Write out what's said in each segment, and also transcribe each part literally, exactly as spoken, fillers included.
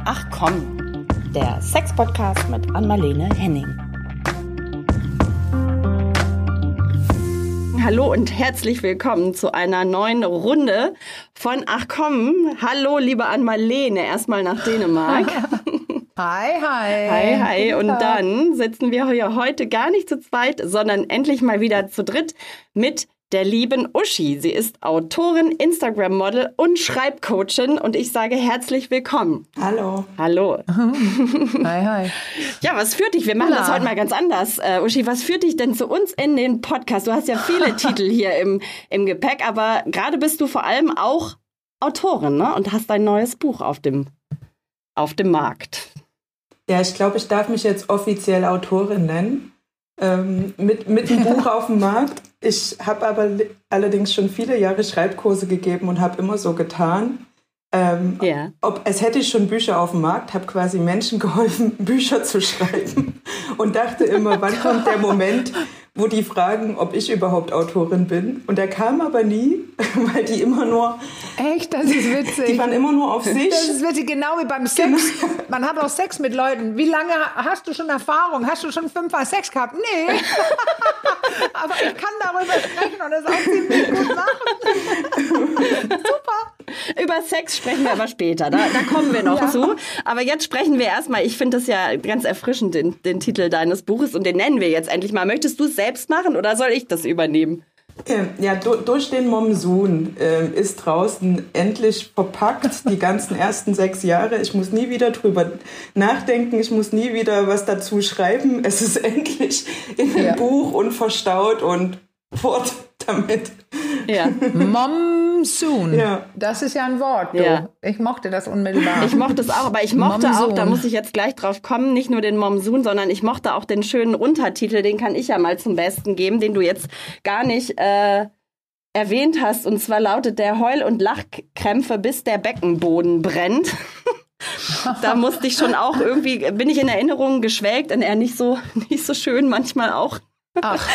Ach komm, der Sex-Podcast mit Anmalene Henning. Hallo und herzlich willkommen zu einer neuen Runde von Ach komm. Hallo, liebe Anmalene, erstmal nach Dänemark. Hi, hi. Hi, hi. Und dann sitzen wir hier heute gar nicht zu zweit, sondern endlich mal wieder zu dritt mit der lieben Uschi. Sie ist Autorin, Instagram-Model und Schreibcoachin und ich sage herzlich willkommen. Hallo. Hallo. Hi, hi. Ja, was führt dich? Wir machen Na. das heute mal ganz anders. Uh, Uschi, was führt dich denn zu uns in den Podcast? Du hast ja viele Titel hier im, im Gepäck, aber gerade bist du vor allem auch Autorin, ne? Und hast ein neues Buch auf dem, auf dem Markt. Ja, ich glaube, ich darf mich jetzt offiziell Autorin nennen. Ähm, mit, mit einem Buch auf dem Markt. Ich habe aber li- allerdings schon viele Jahre Schreibkurse gegeben und habe immer so getan, ähm, Ja. ob, als hätte ich schon Bücher auf dem Markt, habe quasi Menschen geholfen, Bücher zu schreiben und dachte immer, wann kommt der Moment, wo die fragen, ob ich überhaupt Autorin bin. Und der kam aber nie, weil die immer nur... Echt? Das ist witzig. Die waren immer nur auf sich. Das ist witzig, genau wie beim Sex. Man hat auch Sex mit Leuten. Wie lange hast du schon Erfahrung? Hast du schon fünfmal Sex gehabt? Nee. Aber ich kann darüber sprechen und es auch ziemlich gut machen. Super. Über Sex sprechen wir aber später, da, da kommen wir noch Ja. zu. Aber jetzt sprechen wir erstmal, ich finde das ja ganz erfrischend, den, den Titel deines Buches und den nennen wir jetzt endlich mal. Möchtest du es selbst machen oder soll ich das übernehmen? Ja, du, durch den Momsun äh, ist draußen endlich verpackt die ganzen ersten sechs Jahre. Ich muss nie wieder drüber nachdenken, ich muss nie wieder was dazu schreiben. Es ist endlich in dem Ja. Buch und verstaut und fort damit. Ja. Momsun. Ja. Das ist ja ein Wort, du. Ja. Ich mochte das unmittelbar. Ich mochte es auch, aber ich mochte Momsun. auch, da muss ich jetzt gleich drauf kommen, nicht nur den Momsun, sondern ich mochte auch den schönen Untertitel, den kann ich ja mal zum Besten geben, den du jetzt gar nicht äh, erwähnt hast. Und zwar lautet der Heul- und Lachkrämpfe, bis der Beckenboden brennt. Da musste ich schon auch irgendwie, bin ich in Erinnerungen geschwelgt und er nicht so, nicht so schön manchmal auch. Ach,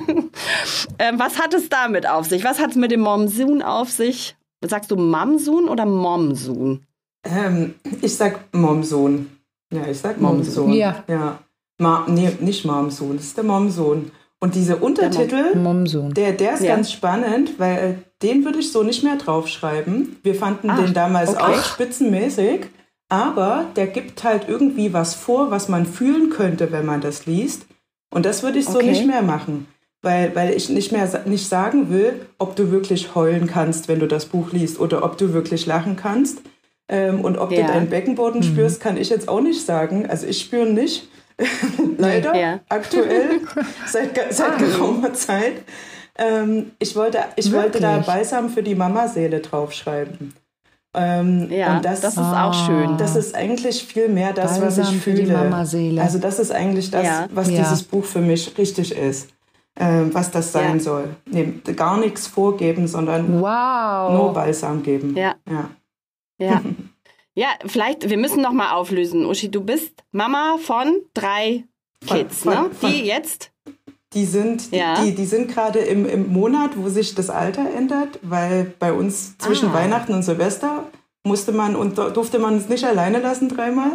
Ähm, was hat es damit auf sich? Was hat es mit dem Momsun auf sich? Sagst du Mamsun oder Momsun? Ähm, ich sag Momsun. Ja, ich sag Momsun. Momsun. Ja. Ja. Ma- nee, nicht Momsun, das ist der Momsun. Und dieser Untertitel, Momsun. der, der ist Ja. ganz spannend, weil den würde ich so nicht mehr draufschreiben. Wir fanden Ach, den damals okay. auch spitzenmäßig, aber der gibt halt irgendwie was vor, was man fühlen könnte, wenn man das liest. Und das würde ich so Okay. nicht mehr machen, weil, weil ich nicht mehr sa- nicht sagen will, ob du wirklich heulen kannst, wenn du das Buch liest, oder ob du wirklich lachen kannst. Ähm, und ob Ja. du deinen Beckenboden spürst, kann ich jetzt auch nicht sagen. Also ich spüre ihn nicht. Leider, Ja. aktuell, seit, ge- seit geraumer Zeit. Ähm, ich wollte, ich wollte da Wirklich? Balsam für die Mamaseele draufschreiben. Ähm, Ja, und das, das ist auch schön. das ist eigentlich viel mehr das, was Balsam ich für die fühle. Mamaseele. Also das ist eigentlich das, Ja. was Ja. dieses Buch für mich richtig ist. Ähm, was das sein Ja. soll. Nee, gar nichts vorgeben, sondern Wow. nur Balsam geben. Ja. Ja. Ja. Ja, vielleicht, wir müssen noch mal auflösen. Uschi, du bist Mama von drei Von- Kids, von- ne? von- Die jetzt? Die sind, Ja. die, die sind gerade im, im Monat, wo sich das Alter ändert, weil bei uns zwischen Ah. Weihnachten und Silvester musste man und durfte man es nicht alleine lassen dreimal.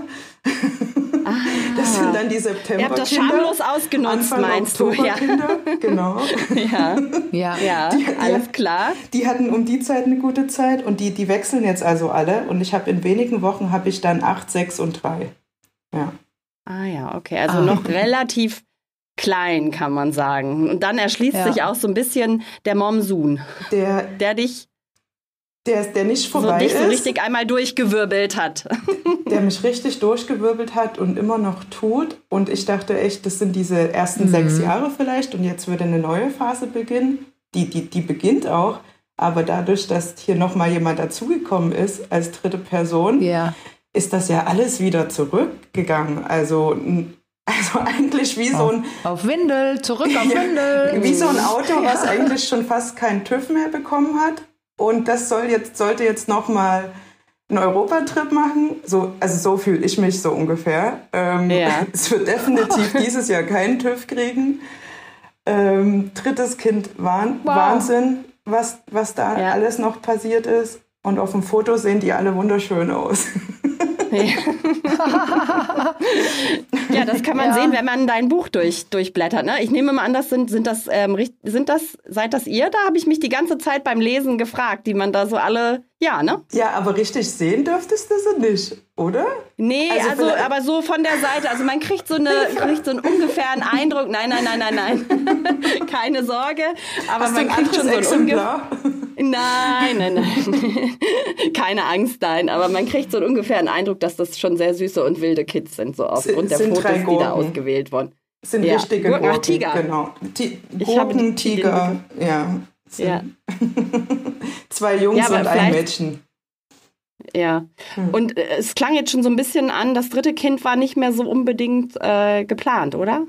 Das sind dann die Ihr September-Kinder. habt das schamlos ausgenutzt, Anfang meinst du? Ja. Oktober-Kinder, genau. Ja, Ja. ja, Die- die- alles klar. Die hatten um die Zeit eine gute Zeit und die, die wechseln jetzt also alle. Und ich habe in wenigen Wochen habe ich dann acht, sechs und drei. Ja. Ah ja, okay, also Ah. noch relativ klein, kann man sagen. Und dann erschließt Ja. sich auch so ein bisschen der Momsun, Der, der dich der, der nicht so, vorbei dich so ist. richtig einmal durchgewirbelt hat. Der mich richtig durchgewirbelt hat und immer noch tut. Und ich dachte echt, das sind diese ersten Mhm. sechs Jahre vielleicht und jetzt würde eine neue Phase beginnen. Die, die, die beginnt auch. Aber dadurch, dass hier nochmal jemand dazugekommen ist als dritte Person, Ja. ist das ja alles wieder zurückgegangen. Also, n- also eigentlich wie so ein, Auf Windel, zurück auf Ja, Windel. wie so ein Auto, was eigentlich schon fast keinen TÜV mehr bekommen hat. Und das soll jetzt, sollte jetzt nochmal einen Europatrip machen. So, also so fühle ich mich so ungefähr. Ähm, Ja. Es wird definitiv dieses Jahr keinen TÜV kriegen. Ähm, drittes Kind, Wahn, Wow. Wahnsinn, was, was da Ja. alles noch passiert ist. Und auf dem Foto sehen die alle wunderschön aus. Ja, das kann man Ja. sehen, wenn man dein Buch durch, durchblättert. Ne? Ich nehme mal an, das sind, sind das, ähm, richt- sind das, seid das ihr? Da habe ich mich die ganze Zeit beim Lesen gefragt, die man da so alle, ja, ne? Ja, aber richtig sehen dürftest du sie nicht, oder? Nee, Also also, vielleicht- aber so von der Seite, also man kriegt so eine, kriegt so einen ungefähren Eindruck. Nein, nein, nein, nein, nein. Keine Sorge. Aber Hast du man ein kriegt schon so einen echtes ungefähren. Exemplar? Nein, nein, nein. Keine Angst, nein. Aber man kriegt so einen ungefähren Eindruck, dass das schon sehr süße und wilde Kids sind, so aufgrund der Sind Fotos, drei die da Gurken. ausgewählt wurden. Sind Ja. richtige Gurken, Gurken. ach, Tiger. Genau. Ti- Ich habe Gurken, die- die- Tiger, ja. Sind Ja, Zwei Jungs Ja, aber und ein vielleicht- Mädchen. ja. Und äh, es klang jetzt schon so ein bisschen an, das dritte Kind war nicht mehr so unbedingt äh, geplant, oder?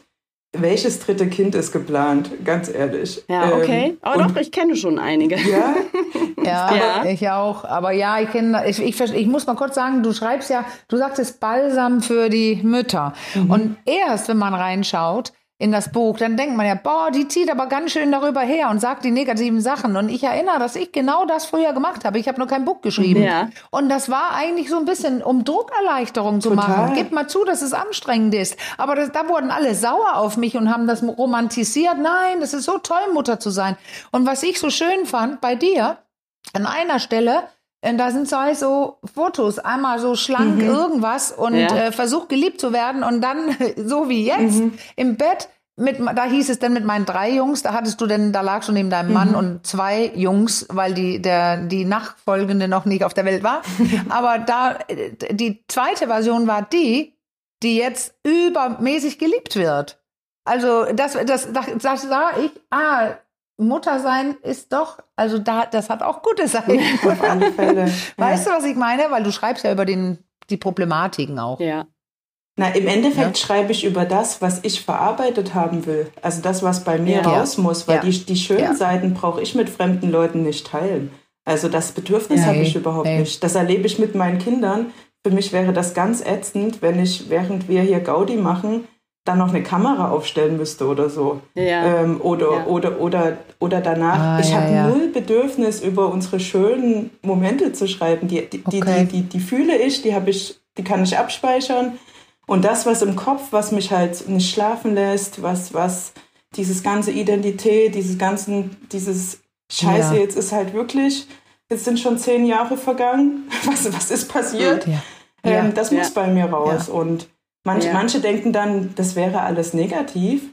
Welches dritte Kind ist geplant? Ganz ehrlich. Ja, okay. Ähm, Aber und- doch, ich kenne schon einige. Ja, Ja, Ja. ich auch. Aber ja, ich kenne, ich, ich, verste- ich muss mal kurz sagen, du schreibst ja, du sagtest Balsam für die Mütter. Und erst, wenn man reinschaut in das Buch, dann denkt man ja, boah, die zieht aber ganz schön darüber her und sagt die negativen Sachen. Und ich erinnere, dass ich genau das früher gemacht habe. Ich habe nur kein Buch geschrieben. Ja. Und das war eigentlich so ein bisschen, um Druckerleichterung zu Total. machen. Gib mal zu, dass es anstrengend ist. Aber das, da wurden alle sauer auf mich und haben das romantisiert. Nein, das ist so toll, Mutter zu sein. Und was ich so schön fand bei dir, an einer Stelle, äh, da sind zwei so Fotos, einmal so schlank irgendwas und Ja. äh, versucht geliebt zu werden und dann so wie jetzt im Bett. Mit, da hieß es dann mit meinen drei Jungs, da hattest du denn, da lag schon neben deinem Mann und zwei Jungs, weil die, der, die nachfolgende noch nicht auf der Welt war. Aber da, äh, die zweite Version war die, die jetzt übermäßig geliebt wird. Also, das, das, das, das sah ich, ah, Mutter sein ist doch, also da, das hat auch gute Seiten. auf alle Fälle. Weißt du, was ich meine? Weil du schreibst ja über den, die Problematiken auch. Ja. Na, im Endeffekt schreibe ich über das, was ich verarbeitet haben will. Also das, was bei mir Ja. raus muss, weil Ja. die, die schönen Ja. Seiten brauche ich mit fremden Leuten nicht teilen. Also das Bedürfnis Nee, habe ich überhaupt nee. nicht. Das erlebe ich mit meinen Kindern. Für mich wäre das ganz ätzend, wenn ich, während wir hier Gaudi machen, dann noch eine Kamera aufstellen müsste oder so. Ja. Ähm, oder, Ja. oder, oder, oder danach. Ah, ich ja, habe ja. null Bedürfnis, über unsere schönen Momente zu schreiben. Die, die, die, Okay. die, die, die fühle ich, die habe ich, die kann ich abspeichern. Und das, was im Kopf, was mich halt nicht schlafen lässt, was, was, dieses ganze Identität, dieses ganzen, dieses Scheiße, Ja. jetzt ist halt wirklich, jetzt sind schon zehn Jahre vergangen. Was, was ist passiert? Ja. Ähm, Ja. das Ja. muss bei mir raus. Und manche, Ja. manche denken dann, das wäre alles negativ.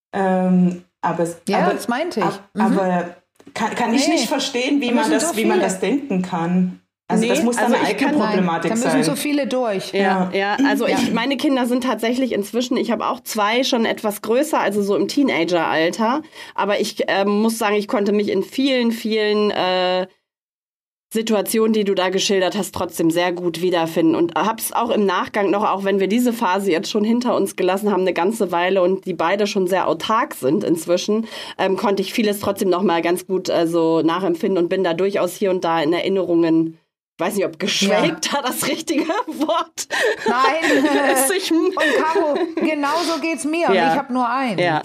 Ähm, aber, es- Ja, aber, das meinte ich. ab- Mhm. aber kann, kann ich Nee. nicht verstehen, wie Da man, müssen das, so wie man viele. das denken kann. Also Nee, das muss dann also eine ich eigene kann- Nein, Problematik da müssen sein. so viele durch. Ja, ja, also Ja. ich, meine Kinder sind tatsächlich inzwischen, ich habe auch zwei schon etwas größer, also so im Teenageralter. Aber ich ähm, muss sagen, ich konnte mich in vielen, vielen äh, Situationen, die du da geschildert hast, trotzdem sehr gut wiederfinden. Und hab's auch im Nachgang noch, auch wenn wir diese Phase jetzt schon hinter uns gelassen haben, eine ganze Weile und die beide schon sehr autark sind inzwischen, ähm, konnte ich vieles trotzdem noch mal ganz gut äh, so nachempfinden und bin da durchaus hier und da in Erinnerungen, weiß nicht, ob geschwelgt da das richtige Wort Nein. ist. Ich, Und Caro, genau so geht's mir. Und Ja. ich habe nur einen. ja,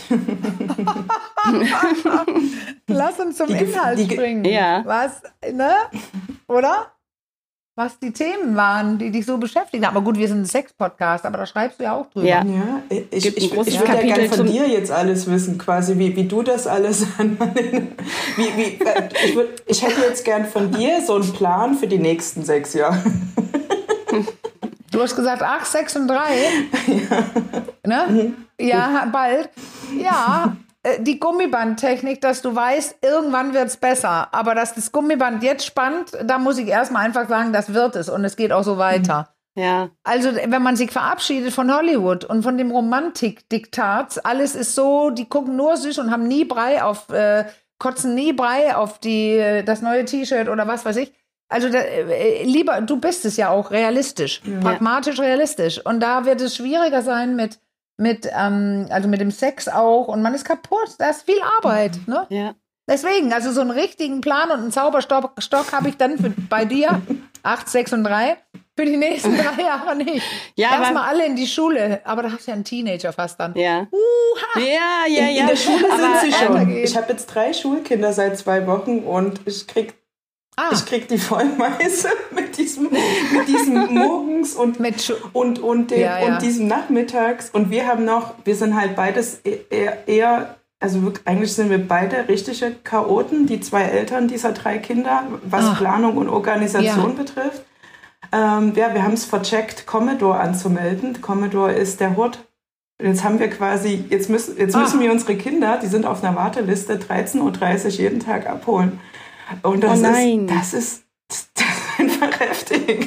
Lass uns zum Die Gef- Inhalt die Ge- springen. Ja. Was, ne? Oder? Was die Themen waren, die dich so beschäftigen. Aber gut, wir sind ein Sex-Podcast, aber da schreibst du ja auch drüber. Ja. Ja, ich, Gibt ein ich, großes ich würde ja Kapitel gerne von zum- dir jetzt alles wissen, quasi, wie, wie du das alles an. wie, wie, äh, ich, würd, ich hätte jetzt gern von dir so einen Plan für die nächsten sechs Jahre. Du hast gesagt, ach, sechs und drei. Ja. Ne? Ja, bald. Ja, äh, die Gummibandtechnik, dass du weißt, irgendwann wird's besser. Aber dass das Gummiband jetzt spannt, da muss ich erstmal einfach sagen, das wird es. Und es geht auch so weiter. ja, Also, wenn man sich verabschiedet von Hollywood und von dem Romantik-Diktat, alles ist so, die gucken nur süß und haben nie Brei auf, äh, kotzen nie Brei auf die, das neue T-Shirt oder was weiß ich. Also, da, äh, lieber, du bist es ja auch realistisch, pragmatisch realistisch. Und da wird es schwieriger sein mit, mit, ähm, also mit dem Sex auch. Und man ist kaputt. Da ist viel Arbeit, ne? ja. Deswegen, also so einen richtigen Plan und einen Zauberstock Stock habe ich dann für, bei dir, acht, sechs und drei, für die nächsten drei Jahre nicht. Ja, aber- Erstmal alle in die Schule, aber da hast du ja einen Teenager fast dann. Ja. Uha. Ja, ja, In, ja. in der Schule Aber, sind sie äh, schon. weitergeht. Ich habe jetzt drei Schulkinder seit zwei Wochen und ich krieg Ah. Ich krieg die Vollmeise mit diesem, mit diesem morgens und, mit und, und, dem, ja, ja. und diesem nachmittags. Und wir haben noch, wir sind halt beides eher, eher also wirklich, eigentlich sind wir beide richtige Chaoten, die zwei Eltern dieser drei Kinder, was Ach. Planung und Organisation ja. betrifft. Ähm, ja, wir haben es vercheckt, Commodore anzumelden. Commodore ist der Hort. Jetzt haben wir quasi, jetzt müssen, jetzt müssen wir unsere Kinder, die sind auf einer Warteliste, dreizehn Uhr dreißig jeden Tag abholen. Und das, oh nein. ist, das, ist, das ist einfach heftig.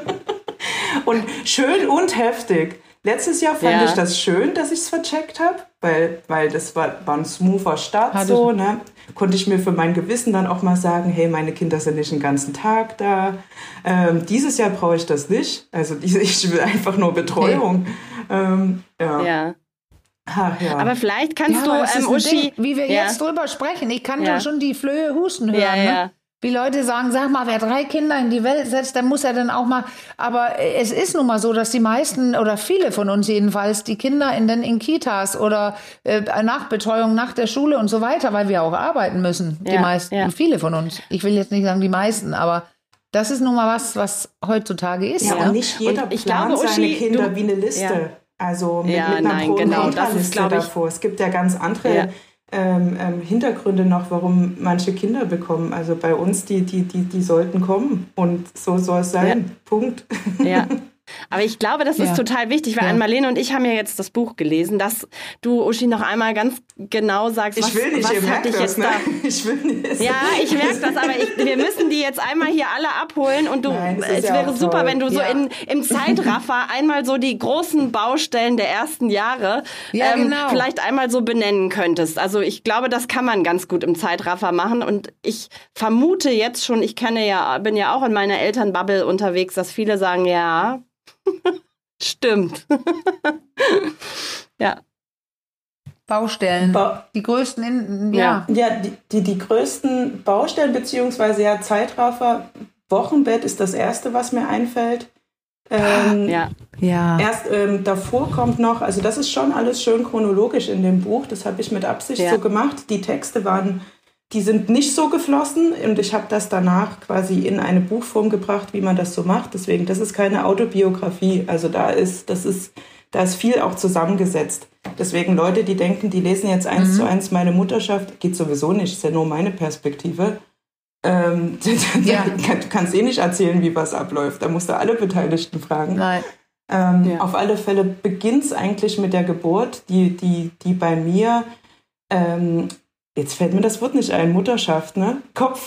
Und schön und heftig. Letztes Jahr fand ja. ich das schön, dass ich es vercheckt habe, weil, weil das war, war ein smoother Start. Hatte so, ne? Konnte ich mir für mein Gewissen dann auch mal sagen, hey, meine Kinder sind nicht den ganzen Tag da. Ähm, dieses Jahr brauche ich das nicht. Also ich will einfach nur Betreuung. Okay. Ähm, ja. ja. Ach, ja. Aber vielleicht kannst ja, du, ähm, Uschi... Ding, wie wir ja. jetzt drüber sprechen, ich kann ja. schon die Flöhe husten hören. Ja, ja. Ne? Wie Leute sagen, sag mal, wer drei Kinder in die Welt setzt, dann muss er dann auch mal... Aber es ist nun mal so, dass die meisten, oder viele von uns jedenfalls, die Kinder in den in Kitas oder äh, Nachbetreuung nach der Schule und so weiter, weil wir auch arbeiten müssen, ja, die meisten, ja. viele von uns. Ich will jetzt nicht sagen die meisten, aber... Das ist nun mal was, was heutzutage ist. Ja, ne? und nicht jeder und ich plant glaube, seine Uschi, Kinder du, wie eine Liste. Ja. Also mit, ja, mit einer nein, Pro- und genau, das ist, glaube ich, davor. Es gibt ja ganz andere ja. Ähm, ähm, Hintergründe noch, warum manche Kinder bekommen. Also bei uns, die, die, die, die sollten kommen. Und so soll es sein. Ja. Punkt. Ja. Aber ich glaube, das ist ja. total wichtig, weil ja. Marlene und ich haben ja jetzt das Buch gelesen, dass du, Uschi, noch einmal ganz genau sagst, was, ich will nicht, was hat dich jetzt ne? da... Ich will nicht. Ja, ich merke das, aber ich, wir müssen die jetzt einmal hier alle abholen und du, Nein, es ja wäre super, toll. wenn du so ja. in, im Zeitraffer einmal so die großen Baustellen der ersten Jahre ja, ähm, genau. vielleicht einmal so benennen könntest. Also ich glaube, das kann man ganz gut im Zeitraffer machen und ich vermute jetzt schon, ich kenne ja, bin ja auch in meiner Elternbubble unterwegs, dass viele sagen, ja, stimmt. ja. Baustellen. Ba- die größten, in, ja. Ja, die, die, die größten Baustellen, beziehungsweise ja Zeitraffer, Wochenbett ist das Erste, was mir einfällt. Ähm, ja. ja. Erst ähm, davor kommt noch, also das ist schon alles schön chronologisch in dem Buch, das habe ich mit Absicht ja. so gemacht. Die Texte waren, die sind nicht so geflossen und ich habe das danach quasi in eine Buchform gebracht, wie man das so macht. Deswegen, das ist keine Autobiografie, also da ist, das ist, da ist viel auch zusammengesetzt. Deswegen Leute, die denken, die lesen jetzt eins mhm. zu eins meine Mutterschaft, geht sowieso nicht, ist ja nur meine Perspektive. Ähm, ja. Du kannst eh nicht erzählen, wie was abläuft. Da musst du alle Beteiligten fragen. Nein. Ähm, ja. Auf alle Fälle beginnt es eigentlich mit der Geburt, die, die, die bei mir, ähm, jetzt fällt mir das Wort nicht ein, Mutterschaft, ne? Kopf.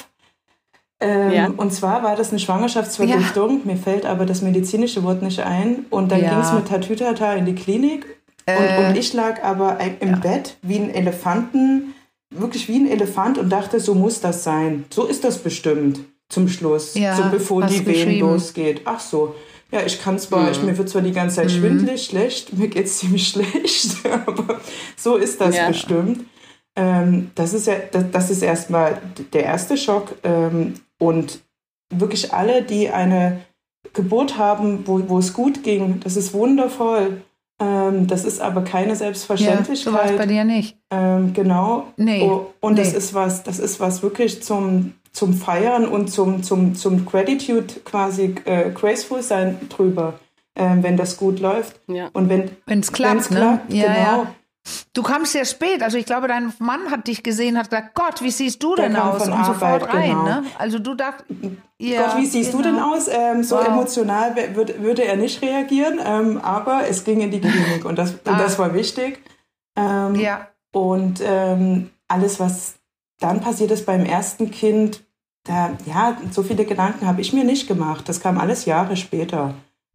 Ähm, ja. Und zwar war das eine Schwangerschaftsvergiftung, ja. mir fällt aber das medizinische Wort nicht ein. Und dann ja. ging es mit Tatütata in die Klinik. Äh, und, und ich lag aber im ja. Bett wie ein Elefanten, wirklich wie ein Elefant und dachte, so muss das sein. So ist das bestimmt zum Schluss, ja, so bevor die Wehen losgeht. Ach so, ja, ich kann zwar, mhm. ich, mir wird zwar die ganze Zeit mhm. schwindelig, schlecht, mir geht es ziemlich schlecht, aber so ist das ja. bestimmt. Ähm, das ist ja, das, das ist erstmal der erste Schock. Ähm, und wirklich alle, die eine Geburt haben, wo, wo es gut ging, das ist wundervoll. Ähm, das ist aber keine Selbstverständlichkeit. Ja, so war es bei dir nicht. Ähm, genau. Nee. Oh, und nee. das ist was, das ist was wirklich zum, zum Feiern und zum, zum, zum Gratitude quasi äh, graceful sein drüber, äh, wenn das gut läuft. Ja. Und wenn es klappt, ne? klappt, ja, genau. Ja. Du kamst sehr spät, also ich glaube, dein Mann hat dich gesehen, hat gesagt, Gott, wie siehst du denn aus? Und Arbeit, sofort rein, genau. ne? Also du dachtest, ja, Gott, wie siehst genau. du denn aus? Ähm, so wow. emotional würd, würde er nicht reagieren, ähm, aber es ging in die Klinik und das, ah. und das war wichtig. Ähm, ja. Und ähm, alles, was dann passiert ist beim ersten Kind, da, ja, so viele Gedanken habe ich mir nicht gemacht. Das kam alles Jahre später.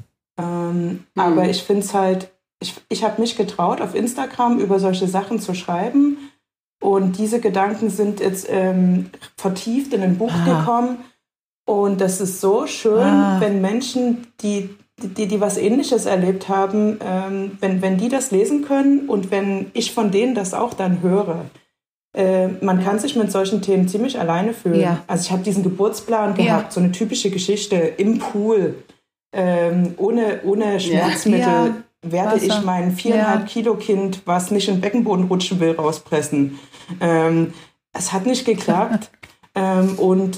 Ähm, mhm. Aber ich finde es halt, Ich, ich habe mich getraut, auf Instagram über solche Sachen zu schreiben und diese Gedanken sind jetzt ähm, vertieft in ein Buch ah. gekommen und das ist so schön, ah. wenn Menschen, die, die, die was Ähnliches erlebt haben, ähm, wenn, wenn die das lesen können und wenn ich von denen das auch dann höre. Äh, man ja. kann sich mit solchen Themen ziemlich alleine fühlen. Ja. Also ich habe diesen Geburtsplan gehabt, ja. so eine typische Geschichte im Pool, ähm, ohne, ohne Schmerzmittel. Ja. Werde Wasser. ich mein viereinhalb ja. Kilo Kind, was nicht in den Beckenboden rutschen will, rauspressen. Ähm, es hat nicht geklappt. ähm, und ja.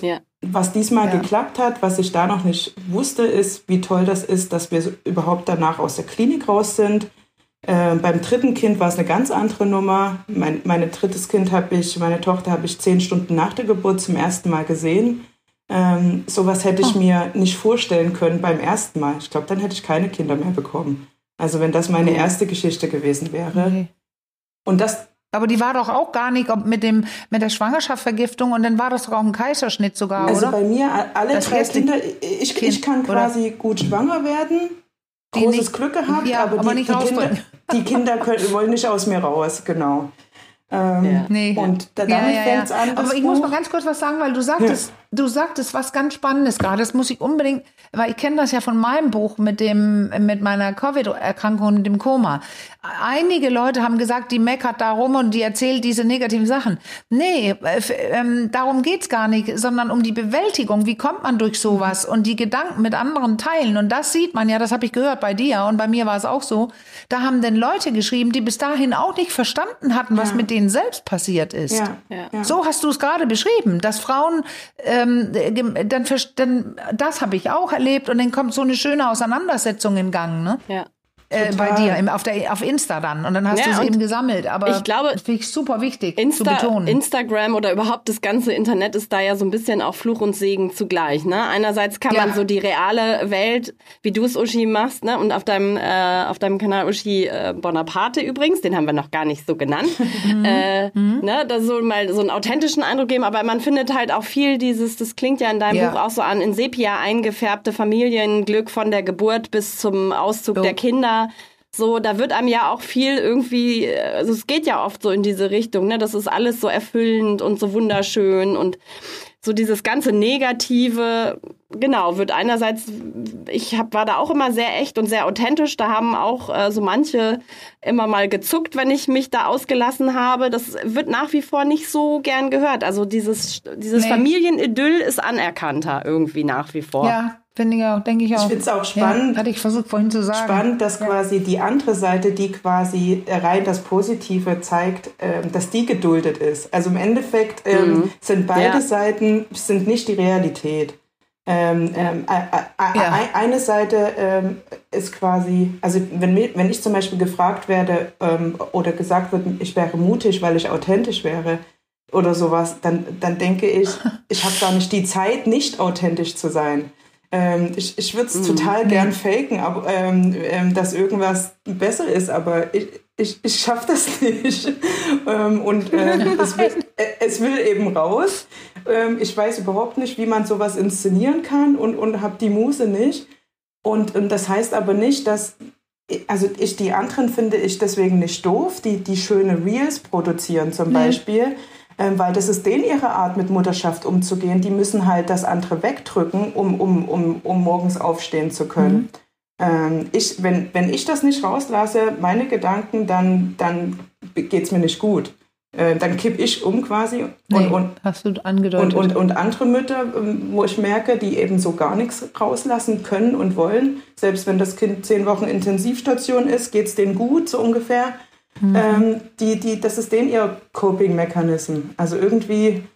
was diesmal Ja. geklappt hat, was ich da noch nicht wusste, ist, wie toll das ist, dass wir überhaupt danach aus der Klinik raus sind. Äh, beim dritten Kind war es eine ganz andere Nummer. Mein meine drittes Kind habe ich, meine Tochter habe ich zehn Stunden nach der Geburt zum ersten Mal gesehen. Ähm, sowas hätte ich Oh. mir nicht vorstellen können beim ersten Mal. Ich glaube, dann hätte ich keine Kinder mehr bekommen. Also wenn das meine erste Geschichte gewesen wäre. Nee. Und das Aber die war doch auch gar nicht ob mit dem mit der Schwangerschaftsvergiftung und dann war das doch auch ein Kaiserschnitt sogar, Also oder? bei mir, alle Das drei erste Kinder, ich, Kind, ich kann oder? quasi gut schwanger werden, Die großes nicht- Glück gehabt, ja, aber, aber die, nicht die, Kinder, rausbringen. die Kinder können, wollen nicht aus mir raus, genau. Ähm, Ja. Nee. Und da, Ja, damit ja, fängt es ja. an, das Aber ich Buch. muss mal ganz kurz was sagen, weil du sagtest, du sagtest was ganz Spannendes gerade. Das muss ich unbedingt, weil ich kenne das ja von meinem Buch mit dem, mit meiner Covid-Erkrankung und dem Koma. Einige Leute haben gesagt, die meckert da rum und die erzählt diese negativen Sachen. Nee, äh, f- ähm, darum geht's gar nicht, sondern um die Bewältigung. Wie kommt man durch sowas und die Gedanken mit anderen teilen? Und das sieht man ja, das habe ich gehört bei dir und bei mir war es auch so. Da haben denn Leute geschrieben, die bis dahin auch nicht verstanden hatten, was Ja. mit denen selbst passiert ist. Ja, Ja. ja. So hast du es gerade beschrieben, dass Frauen, ähm, gem- dann, vers- dann das habe ich auch erlebt und dann kommt so eine schöne Auseinandersetzung in Gang, ne? Ja. Äh, bei Total. dir im, auf, der, auf Insta dann und dann hast Ja, du es und eben gesammelt. Aber ich glaube, das finde ich super wichtig zu Insta, betonen. Instagram oder überhaupt das ganze Internet ist da ja so ein bisschen auch Fluch und Segen zugleich. Ne? Einerseits kann Ja. man so die reale Welt, wie du es, Uschi, machst, ne? Und auf deinem, äh, auf deinem Kanal Uschi äh, Bonaparte übrigens, den haben wir noch gar nicht so genannt, äh, ne? Da so mal so einen authentischen Eindruck geben, aber man findet halt auch viel dieses, das klingt ja in deinem Ja. Buch auch so an, in Sepia eingefärbte Familienglück von der Geburt bis zum Auszug So. der Kinder. So, da wird einem ja auch viel irgendwie, also es geht ja oft so in diese Richtung, ne? Das ist alles so erfüllend und so wunderschön und so dieses ganze Negative, genau, wird einerseits, ich hab, war da auch immer sehr echt und sehr authentisch, da haben auch äh, so manche immer mal gezuckt, wenn ich mich da ausgelassen habe. Das wird nach wie vor nicht so gern gehört. Also dieses, dieses Nee. Familienidyll ist anerkannter irgendwie nach wie vor. Ja, finde ich auch, denke ich auch. Ich find's auch spannend. Ja, hatte ich versucht vorhin zu sagen. Spannend, dass quasi die andere Seite, die quasi rein das Positive zeigt, ähm, dass die geduldet ist. Also im Endeffekt ähm, Mhm. sind beide Ja. Seiten sind nicht die Realität. Ähm, ähm, äh, äh, Ja. äh, eine Seite ähm, ist quasi, also wenn, mir, wenn ich zum Beispiel gefragt werde ähm, oder gesagt wird, ich wäre mutig, weil ich authentisch wäre oder sowas, dann, dann denke ich, ich habe gar nicht die Zeit, nicht authentisch zu sein. Ähm, ich ich würde es Mhm. total gern faken, aber, ähm, ähm, dass irgendwas besser ist, aber ich, ich, ich schaffe das nicht. ähm, und ähm, es, will, äh, es will eben raus. Ähm, ich weiß überhaupt nicht, wie man sowas inszenieren kann und, und habe die Muße nicht. Und, und das heißt aber nicht, dass, also ich die anderen finde ich deswegen nicht doof, die, die schöne Reels produzieren zum Nee. Beispiel. Ähm, weil das ist denen ihre Art, mit Mutterschaft umzugehen. Die müssen halt das andere wegdrücken, um, um, um, um morgens aufstehen zu können. Mhm. Ähm, ich, wenn, wenn ich das nicht rauslasse, meine Gedanken, dann, dann geht es mir nicht gut. Äh, dann kipp ich um quasi. Und, Nee, und, hast du angedeutet. und, und, und andere Mütter, ähm, wo ich merke, die eben so gar nichts rauslassen können und wollen, selbst wenn das Kind zehn Wochen Intensivstation ist, geht es denen gut, so ungefähr. Mhm. Ähm, die, die, das ist denen ihr Coping-Mechanism. Also irgendwie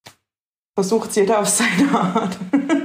versucht es jeder auf seine Art.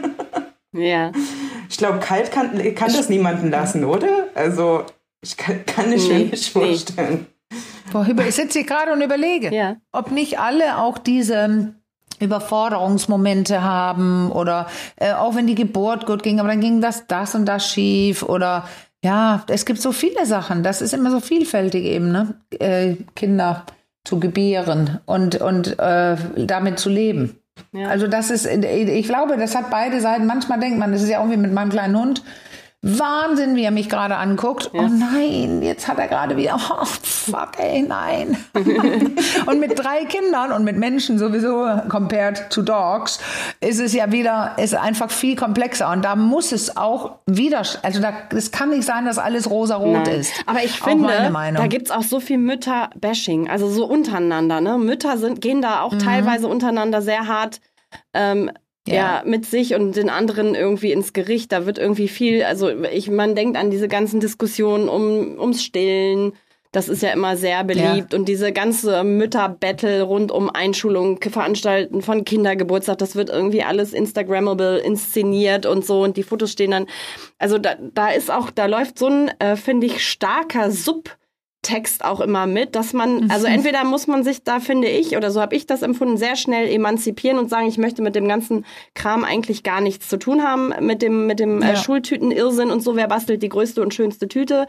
Ja. Ich glaube, kalt kann, kann das niemanden lassen, oder? Also ich kann, kann ich Nee, mir nicht vorstellen. Boah, ich sitze hier gerade und überlege, Ja. ob nicht alle auch diese Überforderungsmomente haben oder äh, auch wenn die Geburt gut ging, aber dann ging das, das und das schief oder ja, es gibt so viele Sachen. Das ist immer so vielfältig eben, ne? Äh, Kinder zu gebären und, und äh, damit zu leben. Ja. Also das ist, ich glaube, das hat beide Seiten. Manchmal denkt man, das ist ja irgendwie mit meinem kleinen Hund. Wahnsinn, wie er mich gerade anguckt. Ja. Oh nein, jetzt hat er gerade wieder, oh fuck, ey, nein. Und mit drei Kindern und mit Menschen sowieso, compared to dogs, ist es ja wieder, ist einfach viel komplexer. Und da muss es auch wieder, also da, es kann nicht sein, dass alles rosa-rot Nein. ist. Aber ich Auch finde, meine Meinung. da gibt's auch so viel Mütter-Bashing, also so untereinander. Ne? Mütter sind, gehen da auch teilweise untereinander sehr hart ähm, ja. ja, mit sich und den anderen irgendwie ins Gericht. Da wird irgendwie viel, also ich, man denkt an diese ganzen Diskussionen um, ums Stillen. Das ist ja immer sehr beliebt. Ja. Und diese ganze Mütterbattle rund um Einschulung, Veranstalten von Kindergeburtstag, das wird irgendwie alles Instagrammable inszeniert und so. Und die Fotos stehen dann, also da, da ist auch, da läuft so ein, äh, finde ich, starker Subtext auch immer mit, dass man, also entweder muss man sich da, finde ich, oder so habe ich das empfunden, sehr schnell emanzipieren und sagen, ich möchte mit dem ganzen Kram eigentlich gar nichts zu tun haben, mit dem mit dem ja. äh, Schultüten-Irrsinn und so, wer bastelt die größte und schönste Tüte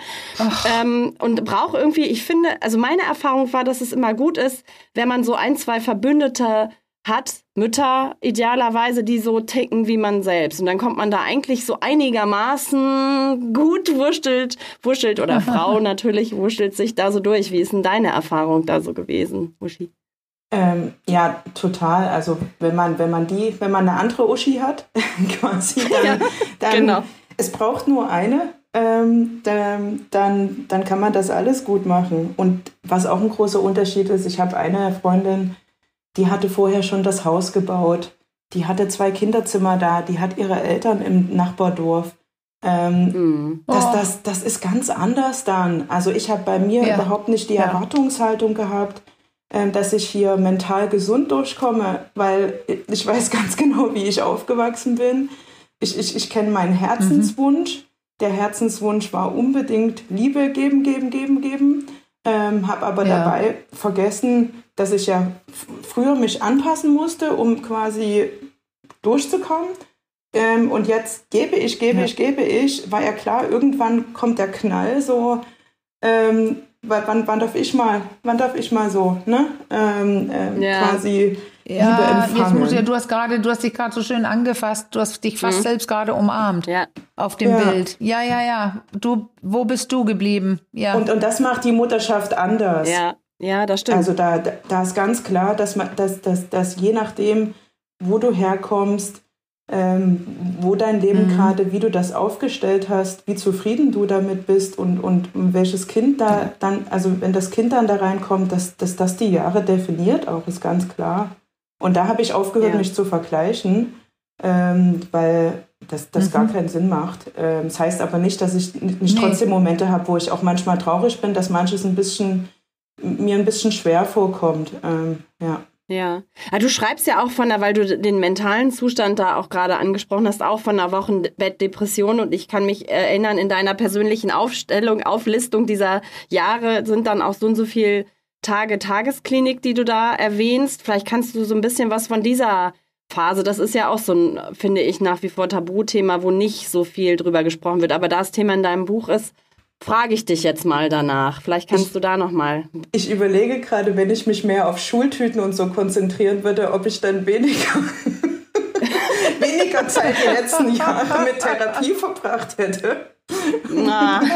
ähm, und braucht irgendwie, ich finde, also meine Erfahrung war, dass es immer gut ist, wenn man so ein, zwei Verbündete hat, Mütter idealerweise, die so ticken wie man selbst. Und dann kommt man da eigentlich so einigermaßen gut wurschtelt, wurschtelt oder Frau natürlich wurschtelt sich da so durch. Wie ist denn deine Erfahrung da so gewesen, Uschi? Ähm, ja, total. Also wenn man, wenn man die, wenn man eine andere Uschi hat, quasi, dann, ja, dann genau. Es braucht nur eine, ähm, dann, dann, dann kann man das alles gut machen. Und was auch ein großer Unterschied ist, ich habe eine Freundin, die hatte vorher schon das Haus gebaut. Die hatte zwei Kinderzimmer da. Die hat ihre Eltern im Nachbardorf. Ähm, mm. das, das, das ist ganz anders dann. Also ich habe bei mir ja. überhaupt nicht die ja. Erwartungshaltung gehabt, ähm, dass ich hier mental gesund durchkomme, weil ich weiß ganz genau, wie ich aufgewachsen bin. Ich, ich, ich kenne meinen Herzenswunsch. Mhm. Der Herzenswunsch war unbedingt Liebe geben, geben, geben, geben. Ähm, habe aber ja. dabei vergessen, dass ich ja f- früher mich anpassen musste, um quasi durchzukommen. Ähm, und jetzt gebe ich, gebe ja. ich, gebe ich. War ja klar, irgendwann kommt der Knall so, ähm, wann, wann darf ich mal, wann darf ich mal so, ne? Ähm, ähm, ja. quasi ja, Liebe empfangen. Jetzt muss ja, du hast gerade, du hast dich gerade so schön angefasst, du hast dich fast mhm. selbst gerade umarmt ja. auf dem ja. Bild. Ja, ja, ja. Du, wo bist du geblieben? Ja. Und, und das macht die Mutterschaft anders. Ja, ja, das stimmt. Also da, da ist ganz klar, dass man, dass, dass, dass je nachdem, wo du herkommst, ähm, wo dein Leben mhm. gerade, wie du das aufgestellt hast, wie zufrieden du damit bist und, und welches Kind da dann, also wenn das Kind dann da reinkommt, dass, dass das die Jahre definiert auch, ist ganz klar. Und da habe ich aufgehört, ja. mich zu vergleichen, ähm, weil das, das mhm. gar keinen Sinn macht. Ähm, das heißt aber nicht, dass ich nicht nee. trotzdem Momente habe, wo ich auch manchmal traurig bin, dass manches ein bisschen, mir ein bisschen schwer vorkommt. Ähm, ja. Ja. ja, du schreibst ja auch von der, weil du den mentalen Zustand da auch gerade angesprochen hast, auch von einer Wochenbettdepression. Und ich kann mich erinnern, in deiner persönlichen Aufstellung, Auflistung dieser Jahre sind dann auch so und so viel Tage Tagesklinik, die du da erwähnst. Vielleicht kannst du so ein bisschen was von dieser Phase, das ist ja auch so ein, finde ich, nach wie vor Tabuthema, wo nicht so viel drüber gesprochen wird. Aber da das Thema in deinem Buch ist, frage ich dich jetzt mal danach. Vielleicht kannst ich, du da noch mal. Ich überlege gerade, wenn ich mich mehr auf Schultüten und so konzentrieren würde, ob ich dann weniger, weniger Zeit die letzten Jahre mit Therapie verbracht hätte. Na. aber,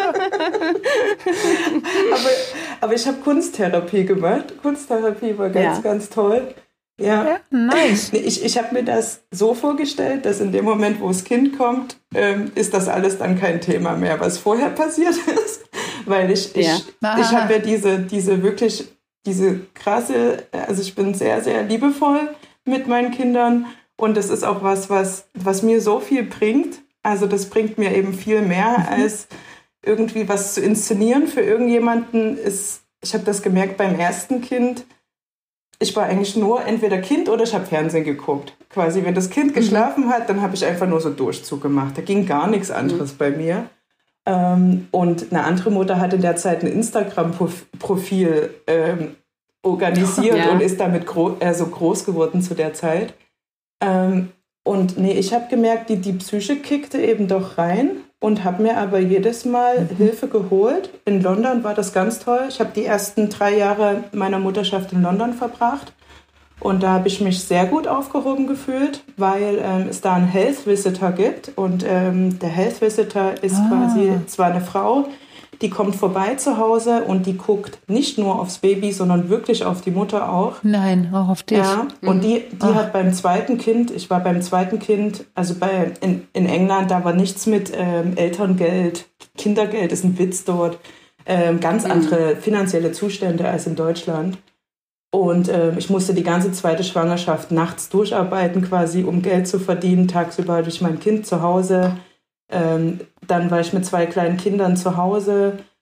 aber ich habe Kunsttherapie gemacht. Kunsttherapie war ganz, ja. ganz toll. Ja, ja nice. Ich, ich habe mir das so vorgestellt, dass in dem Moment, wo das Kind kommt, ähm, ist das alles dann kein Thema mehr, was vorher passiert ist. Weil ich, ja. ich, ich habe ja diese, diese wirklich, diese krasse, also ich bin sehr, sehr liebevoll mit meinen Kindern und das ist auch was, was, was mir so viel bringt. Also das bringt mir eben viel mehr, mhm. als irgendwie was zu inszenieren für irgendjemanden. Ist, ich habe das gemerkt beim ersten Kind. Ich war eigentlich nur entweder Kind oder ich habe Fernsehen geguckt. Quasi, wenn das Kind geschlafen mhm. hat, dann habe ich einfach nur so Durchzug gemacht. Da ging gar nichts anderes mhm. bei mir. Ähm, und eine andere Mutter hat in der Zeit ein Instagram-Profil ähm, organisiert ja. und ist damit gro- äh, so groß geworden zu der Zeit. Ähm, Und nee, ich habe gemerkt, die, die Psyche kickte eben doch rein und habe mir aber jedes Mal mhm. Hilfe geholt. In London war das ganz toll. Ich habe die ersten drei Jahre meiner Mutterschaft in London verbracht und da habe ich mich sehr gut aufgehoben gefühlt, weil ähm, es da einen Health Visitor gibt und ähm, der Health Visitor ist ah. quasi zwar eine Frau, die kommt vorbei zu Hause und die guckt nicht nur aufs Baby, sondern wirklich auf die Mutter auch. Nein, auch auf dich. Ja, und mhm. die, die hat beim zweiten Kind, ich war beim zweiten Kind, also bei in, in England, da war nichts mit ähm, Elterngeld, Kindergeld ist ein Witz dort, ähm, ganz mhm. andere finanzielle Zustände als in Deutschland. Und ähm, ich musste die ganze zweite Schwangerschaft nachts durcharbeiten quasi, um Geld zu verdienen. Tagsüber hatte ich mein Kind zu Hause. Ähm, dann war ich mit zwei kleinen Kindern zu Hause.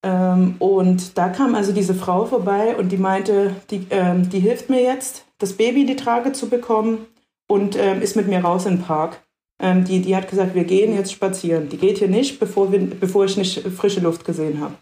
Ähm, und da kam also diese Frau vorbei und die meinte, die, ähm, die hilft mir jetzt, das Baby in die Trage zu bekommen und ähm, ist mit mir raus in den Park. Ähm, die, die hat gesagt, wir gehen jetzt spazieren. Die geht hier nicht, bevor, wir, bevor ich nicht frische Luft gesehen habe.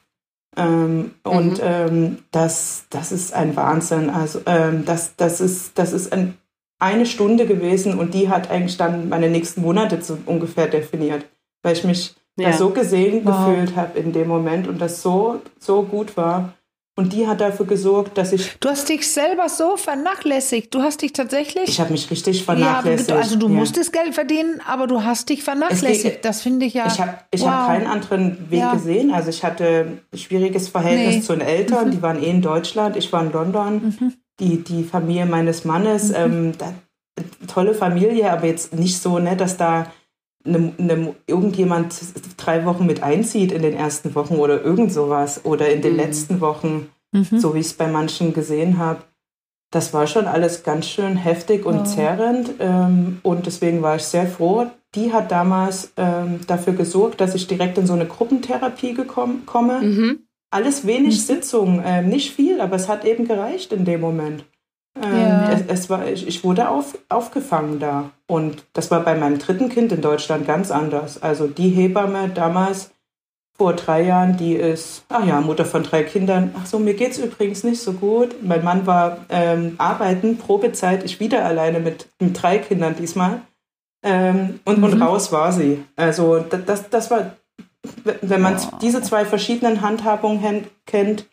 Ähm, mhm. Und ähm, das, das ist ein Wahnsinn. Also ähm, das, das ist, das ist ein, eine Stunde gewesen und die hat eigentlich dann meine nächsten Monate so ungefähr definiert, weil ich mich ja. da so gesehen wow. gefühlt habe in dem Moment und das so, so gut war. Und die hat dafür gesorgt, dass ich... Du hast dich selber so vernachlässigt. Du hast dich tatsächlich... Ich habe mich richtig vernachlässigt. Ja, also du ja. musstest Geld verdienen, aber du hast dich vernachlässigt. Geht, das finde ich ja... Ich habe ich wow. hab keinen anderen Weg ja. gesehen. Also ich hatte ein schwieriges Verhältnis nee. zu den Eltern. Mhm. Die waren eh in Deutschland. Ich war in London. Mhm. Die, die Familie meines Mannes, mhm. ähm, da, tolle Familie, aber jetzt nicht so, ne, dass da... Ne, ne, irgendjemand drei Wochen mit einzieht in den ersten Wochen oder irgend sowas oder in den mhm. letzten Wochen, mhm. so wie ich es bei manchen gesehen habe. Das war schon alles ganz schön heftig und oh. zerrend ähm, und deswegen war ich sehr froh. Die hat damals ähm, dafür gesorgt, dass ich direkt in so eine Gruppentherapie gekommen, komme. Mhm. Alles wenig mhm. Sitzungen, äh, nicht viel, aber es hat eben gereicht in dem Moment. Ähm, ja. es, es war, ich, ich wurde auf, aufgefangen da. Und das war bei meinem dritten Kind in Deutschland ganz anders. Also die Hebamme damals, vor drei Jahren, die ist, ach ja, Mutter von drei Kindern. Ach so, mir geht's übrigens nicht so gut. Mein Mann war ähm, arbeiten, Probezeit, ich wieder alleine mit, mit drei Kindern diesmal. Ähm, und, mhm. und raus war sie. Also das, das, das war, wenn man oh. diese zwei verschiedenen Handhabungen kennt,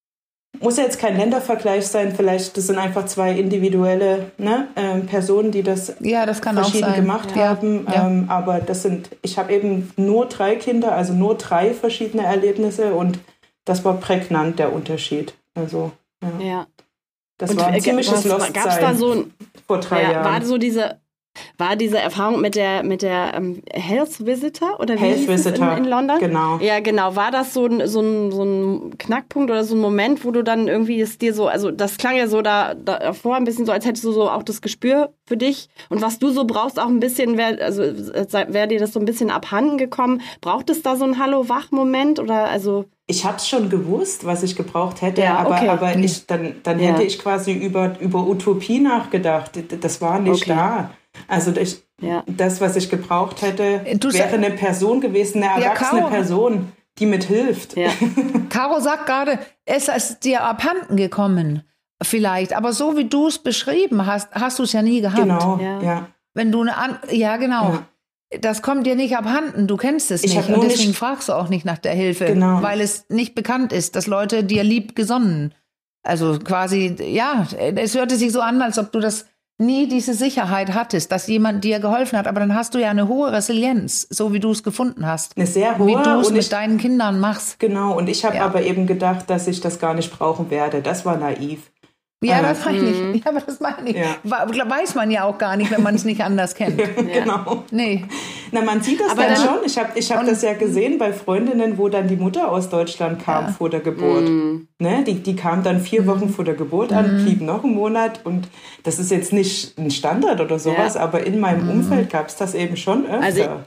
muss ja jetzt kein Ländervergleich sein, vielleicht das sind einfach zwei individuelle ne, ähm, Personen, die das, ja, das kann verschieden auch sein. gemacht ja. haben. Ja. Ähm, aber das sind, ich habe eben nur drei Kinder, also nur drei verschiedene Erlebnisse und das war prägnant, der Unterschied. Also ja. ja. Das und war ein ziemliches Lost Gab es da so ein, vor drei ja, Jahren. War so diese War diese Erfahrung mit der mit der ähm, Health Visitor oder wie Health hieß Visitor, es in, in London? Genau. Ja, genau. War das so ein, so, ein, so ein Knackpunkt oder so ein Moment, wo du dann irgendwie es dir so, also das klang ja so da, davor ein bisschen so, als hättest du so auch das Gespür für dich und was du so brauchst auch ein bisschen, wär, also wäre dir das so ein bisschen abhanden gekommen. Braucht es da so einen Hallo-Wach-Moment oder also... Ich habe es schon gewusst, was ich gebraucht hätte, ja, aber, okay. aber ich, dann, dann ja. hätte ich quasi über, über Utopie nachgedacht. Das war nicht okay. da. Also ich, ja. das, was ich gebraucht hätte, du wäre eine Person gewesen, eine erwachsene ja, Person, die mithilft. Ja. Caro sagt gerade, es ist dir abhanden gekommen, vielleicht. Aber so wie du es beschrieben hast, hast du es ja nie gehabt. Genau, ja. ja. Wenn du eine An- ja, genau. Ja. Das kommt dir nicht abhanden, du kennst es ich nicht. Und deswegen nicht fragst du auch nicht nach der Hilfe, genau. weil es nicht bekannt ist, dass Leute dir lieb gesonnen. Also quasi, ja, es hörte sich so an, als ob du das nie diese Sicherheit hattest, dass jemand dir geholfen hat. Aber dann hast du ja eine hohe Resilienz, so wie du es gefunden hast. Eine sehr hohe. Wie du es mit ich, deinen Kindern machst. Genau, und ich habe ja. aber eben gedacht, dass ich das gar nicht brauchen werde. Das war naiv. Ja, das meine ich. Ja, aber das meine ich. Ja. Weiß man ja auch gar nicht, wenn man es nicht anders kennt. Ja, genau. Nee. Na, man sieht das aber dann, dann schon. Ich habe ich hab das ja gesehen bei Freundinnen, wo dann die Mutter aus Deutschland kam ja. vor der Geburt. Mm. Ne? Die, die kam dann vier Wochen mm. vor der Geburt an, mm. blieb noch einen Monat. Und das ist jetzt nicht ein Standard oder sowas, ja. aber in meinem mm. Umfeld gab es das eben schon öfter. Also, ja.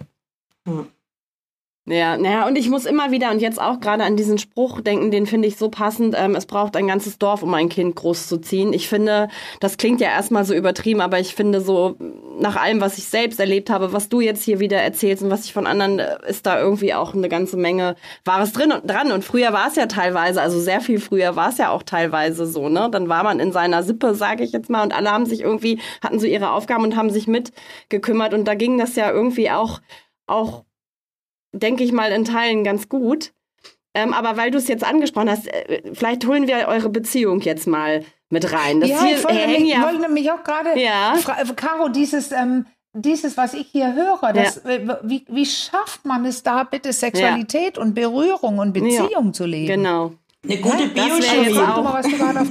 Ja, naja, und ich muss immer wieder und jetzt auch gerade an diesen Spruch denken, den finde ich so passend, ähm, es braucht ein ganzes Dorf, um ein Kind großzuziehen. Ich finde, das klingt ja erstmal so übertrieben, aber ich finde so, nach allem, was ich selbst erlebt habe, was du jetzt hier wieder erzählst und was ich von anderen, ist da irgendwie auch eine ganze Menge Wahres drin und dran. Und früher war es ja teilweise, also sehr viel früher war es ja auch teilweise so, ne? Dann war man in seiner Sippe, sage ich jetzt mal, und alle haben sich irgendwie, hatten so ihre Aufgaben und haben sich mitgekümmert und da ging das ja irgendwie auch, auch denke ich mal, in Teilen ganz gut. Ähm, aber weil du es jetzt angesprochen hast, äh, vielleicht holen wir eure Beziehung jetzt mal mit rein. Das ja, hier, ich wollte, äh, nämlich, ja. wollte nämlich auch gerade, ja. Caro, dieses, ähm, dieses, was ich hier höre, das, ja. wie, wie schafft man es da, bitte Sexualität ja. und Berührung und Beziehung ja. zu leben? Genau. Eine gute ja, Biochemie. Sag mal, was du gerade auf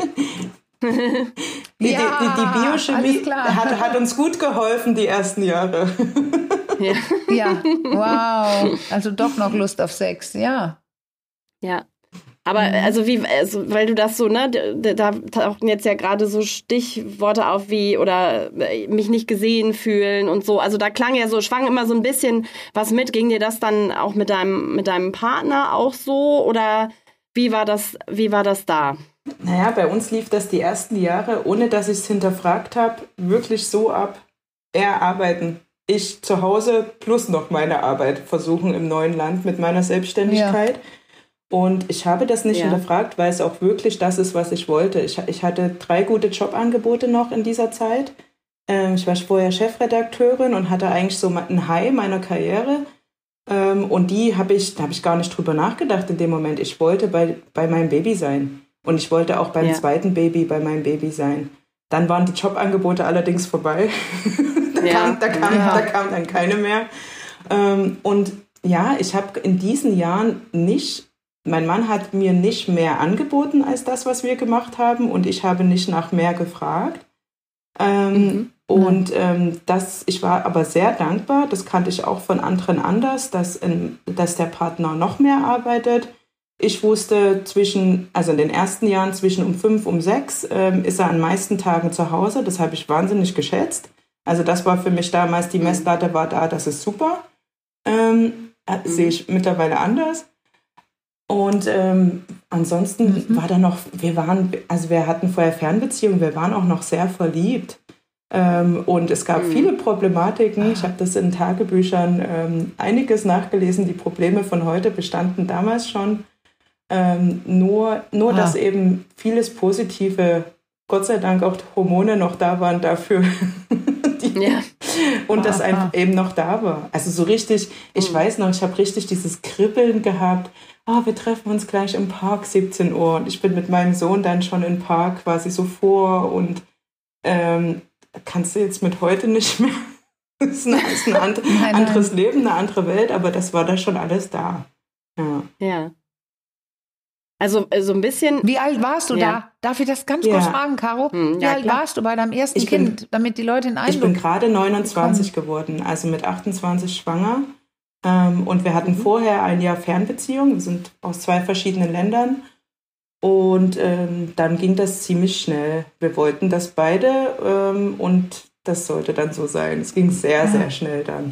Die, ja, die, die, die Biochemie hat, hat uns gut geholfen, die ersten Jahre. Ja. ja, wow. Also doch noch Lust auf Sex, ja. Ja. Aber also wie, also, weil du das so, ne, da tauchten jetzt ja gerade so Stichworte auf wie oder mich nicht gesehen fühlen und so. Also da klang ja so, schwang immer so ein bisschen was mit. Ging dir das dann auch mit deinem, mit deinem Partner auch so? Oder wie war das, wie war das da? Naja, bei uns lief das die ersten Jahre, ohne dass ich es hinterfragt habe, wirklich so ab. Er arbeiten, ich zu Hause plus noch meine Arbeit versuchen im neuen Land mit meiner Selbstständigkeit. Ja. Und ich habe das nicht ja. hinterfragt, weil es auch wirklich das ist, was ich wollte. Ich, ich hatte drei gute Jobangebote noch in dieser Zeit. Ähm, ich war vorher Chefredakteurin und hatte eigentlich so ein High meiner Karriere. Ähm, und die habe ich, da habe ich gar nicht drüber nachgedacht in dem Moment. Ich wollte bei, bei meinem Baby sein. Und ich wollte auch beim ja. zweiten Baby bei meinem Baby sein. Dann waren die Jobangebote allerdings vorbei. da, ja. kam, da, kam, ja. da kam dann keine mehr. Ähm, und ja, ich habe in diesen Jahren nicht... Mein Mann hat mir nicht mehr angeboten als das, was wir gemacht haben, und ich habe nicht nach mehr gefragt. Ähm, mhm. Und ähm, das, ich war aber sehr dankbar, das kannte ich auch von anderen anders, dass, in, dass der Partner noch mehr arbeitet. Ich wusste zwischen, also in den ersten Jahren zwischen um fünf und um sechs ähm, ist er an meisten Tagen zu Hause. Das habe ich wahnsinnig geschätzt. Also das war für mich damals, die Messlatte war da, das ist super. Ähm, mhm. Sehe ich mittlerweile anders. Und ähm, ansonsten mhm. war da noch, wir waren, also wir hatten vorher Fernbeziehungen, wir waren auch noch sehr verliebt. Ähm, und es gab mhm. viele Problematiken. Ich habe das in Tagebüchern ähm, einiges nachgelesen. Die Probleme von heute bestanden damals schon. Ähm, nur, nur ah. dass eben vieles Positive, Gott sei Dank auch Hormone noch da waren dafür. die, ja. Und ah, das einfach ah. eben noch da war. Also so richtig, ich mhm. weiß noch, ich habe richtig dieses Kribbeln gehabt. Ah, wir treffen uns gleich im Park siebzehn Uhr, und ich bin mit meinem Sohn dann schon im Park quasi so vor, und ähm, kannst du jetzt mit heute nicht mehr. Das ist ein, ist ein and- nein, anderes nein. Leben, eine andere Welt, aber das war da schon alles da. Ja. Ja. Also so ein bisschen... Wie alt warst du ja. da? Darf ich das ganz ja. kurz fragen, Caro? Hm, Wie ja, alt klar. warst du bei deinem ersten ich Kind, bin, damit die Leute einen Eindruck... Ich bin gerade neunundzwanzig bekommen. geworden, also mit achtundzwanzig schwanger. Ähm, und wir hatten mhm. vorher ein Jahr Fernbeziehung. Wir sind aus zwei verschiedenen Ländern. Und ähm, dann ging das ziemlich schnell. Wir wollten das beide ähm, und das sollte dann so sein. Es ging sehr, ja. sehr schnell dann.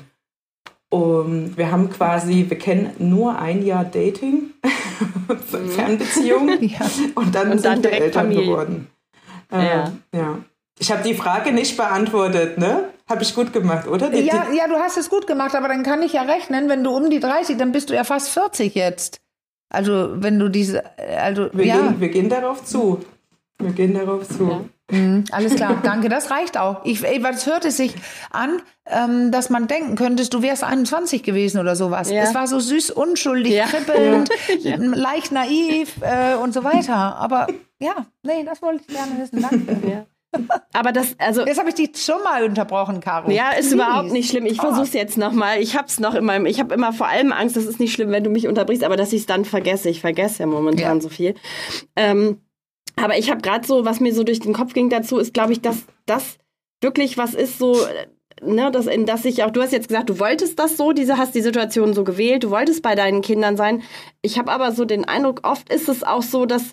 Um, wir haben quasi, wir kennen nur ein Jahr Dating, mhm. Fernbeziehung, ja. und dann und sind dann wir Eltern Familie. geworden. Ähm, ja. ja. Ich habe die Frage nicht beantwortet, ne? Habe ich gut gemacht, oder? Die, ja, die, ja, du hast es gut gemacht, aber dann kann ich ja rechnen, wenn du um die dreißig, dann bist du ja fast vierzig jetzt. Also wenn du diese, also wir, ja. gehen, wir gehen darauf zu. Wir gehen darauf zu. Ja. Mhm, alles klar, danke, das reicht auch. Ich, es hörte sich an, ähm, dass man denken könnte, du wärst einundzwanzig gewesen oder sowas. Ja. Es war so süß, unschuldig, ja. kribbelnd, ja. leicht naiv äh, und so weiter. Aber ja, nee, das wollte ich gerne wissen. Danke. Ja. Aber das, also. Jetzt habe ich dich schon mal unterbrochen, Caro. Ja, ist Please. überhaupt nicht schlimm. Ich oh. versuche es jetzt nochmal. Ich hab's noch in meinem, ich habe immer vor allem Angst, das ist nicht schlimm, wenn du mich unterbrichst, aber dass ich es dann vergesse. Ich vergesse ja momentan ja. so viel. Ähm, aber ich habe gerade so, was mir so durch den Kopf ging dazu, ist, glaube ich, dass das wirklich was ist so, ne, dass in das ich auch, du hast jetzt gesagt, du wolltest das so, diese, hast die Situation so gewählt, du wolltest bei deinen Kindern sein. Ich habe aber so den Eindruck, oft ist es auch so, dass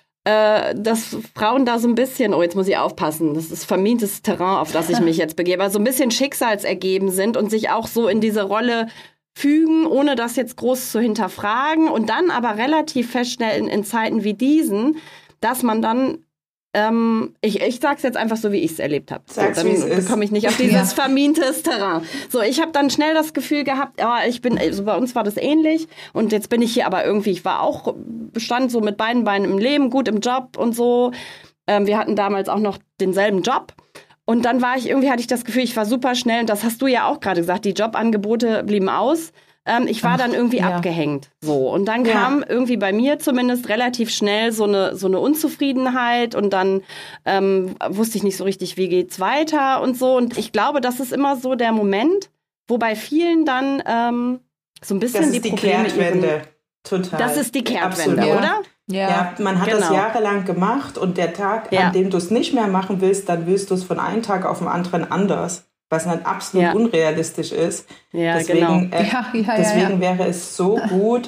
dass Frauen da so ein bisschen, oh, jetzt muss ich aufpassen, das ist vermintes Terrain, auf das ich mich jetzt begebe, also so ein bisschen schicksalsergeben sind und sich auch so in diese Rolle fügen, ohne das jetzt groß zu hinterfragen, und dann aber relativ feststellen in Zeiten wie diesen, dass man dann, ähm, ich, ich sag's jetzt einfach so, wie ich es erlebt habe. So, dann bekomme ich nicht auf dieses ja. vermintes Terrain. So, ich habe dann schnell das Gefühl gehabt, ja, ich bin, also bei uns war das ähnlich, und jetzt bin ich hier aber irgendwie, ich war auch, stand so mit beiden Beinen im Leben, gut im Job und so. Ähm, wir hatten damals auch noch denselben Job. Und dann war ich, irgendwie hatte ich das Gefühl, ich war super schnell, und das hast du ja auch gerade gesagt, die Jobangebote blieben aus. Ähm, ich war Ach, dann irgendwie ja. abgehängt. So. Und dann ja. kam irgendwie bei mir zumindest relativ schnell so eine, so eine Unzufriedenheit, und dann ähm, wusste ich nicht so richtig, wie geht's weiter und so. Und ich glaube, das ist immer so der Moment, wo bei vielen dann ähm, so ein bisschen das ist die, die Probleme... Kehrtwende. Total. Das ist die Kehrtwende, Absolut. oder? Ja. ja, man hat genau. das jahrelang gemacht, und der Tag, ja. an dem du es nicht mehr machen willst, dann willst du es von einem Tag auf den anderen anders. Was dann absolut ja. unrealistisch ist. Ja, deswegen genau. äh, ja, ja, deswegen ja, ja. wäre es so gut,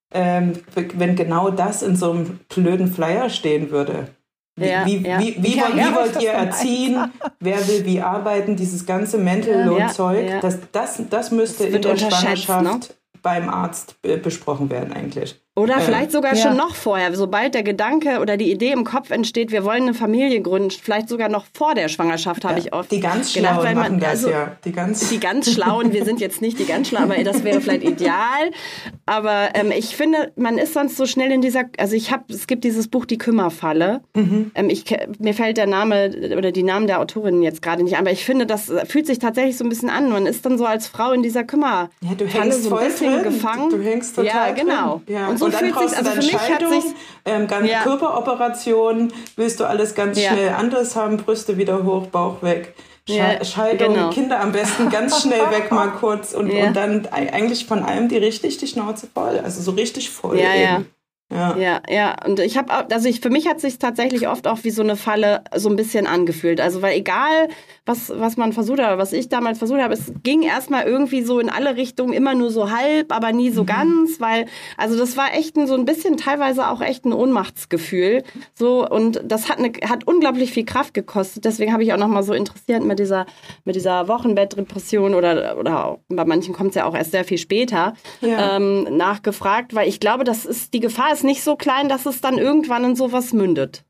ähm, wenn genau das in so einem blöden Flyer stehen würde. Wie, Ja, wie, ja. wie, wie, Ja, wollt- ja, wie was wollt das ihr denn erziehen? Wer will wie arbeiten? Dieses ganze Mental Load Ja, Zeug, ja. das, das, das müsste Das in wird der unterschätzt, Schwangerschaft beim Arzt äh, besprochen werden eigentlich. Oder Ähm, vielleicht sogar ja. schon noch vorher, sobald der Gedanke oder die Idee im Kopf entsteht, wir wollen eine Familie gründen, vielleicht sogar noch vor der Schwangerschaft, habe ich oft Die ganz gedacht, Schlauen weil man, machen das, also, ja. Die ganz, Die ganz Schlauen, wir sind jetzt nicht die ganz Schlauen, aber das wäre vielleicht ideal. Aber ähm, ich finde, man ist sonst so schnell in dieser, also ich habe, es gibt dieses Buch Die Kümmerfalle. Mhm. Ähm, ich, mir fällt der Name oder die Namen der Autorinnen jetzt gerade nicht an, aber ich finde, das fühlt sich tatsächlich so ein bisschen an. Man ist dann so als Frau in dieser Kümmerfalle ja, du hängst so ein voll bisschen drin. gefangen. Du hängst total ja, genau. drin. Ja. Und so und dann fühlt brauchst sich, du also dann für mich hat Scheidung, sich ähm, ganz Ja. Körperoperationen, willst du alles ganz Ja. schnell anders haben, Brüste wieder hoch, Bauch weg. Sche Ja, Scheidung, genau. Kinder am besten ganz schnell weg mal kurz und, Ja. und dann eigentlich von allem die richtig die Schnauze voll, also so richtig voll Ja, eben. ja. Ja. Ja, ja, und ich habe, also ich, für mich hat sich tatsächlich oft auch wie so eine Falle so ein bisschen angefühlt. Also weil egal, was was man versucht hat, was ich damals versucht habe, es ging erstmal irgendwie so in alle Richtungen, immer nur so halb, aber nie so mhm. ganz, weil, also das war echt ein, so ein bisschen teilweise auch echt ein Ohnmachtsgefühl. So, und das hat eine, hat unglaublich viel Kraft gekostet. Deswegen habe ich auch nochmal so interessiert mit dieser, mit dieser Wochenbettdepression oder, oder auch, bei manchen kommt es ja auch erst sehr viel später, Ja. ähm, nachgefragt, weil ich glaube, das ist, die Gefahr ist nicht so klein, dass es dann irgendwann in sowas mündet.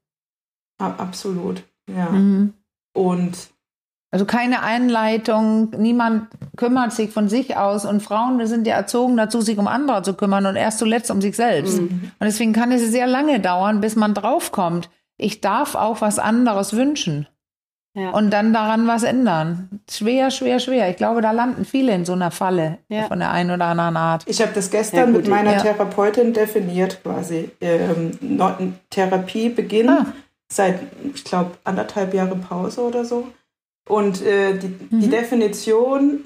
A- Absolut, ja. Mhm. Und Also keine Einleitung, niemand kümmert sich von sich aus und Frauen sind ja erzogen dazu, sich um andere zu kümmern und erst zuletzt um sich selbst. Mhm. Und deswegen kann es sehr lange dauern, bis man draufkommt. Ich darf auch was anderes wünschen. Ja. Und dann daran was ändern. Schwer, schwer, schwer. Ich glaube, da landen viele in so einer Falle ja. von der einen oder anderen Art. Ich habe das gestern ja, mit meiner ja. Therapeutin definiert quasi. Ähm, Therapiebeginn ah. seit, ich glaube, anderthalb Jahre Pause oder so. Und äh, die, mhm. die Definition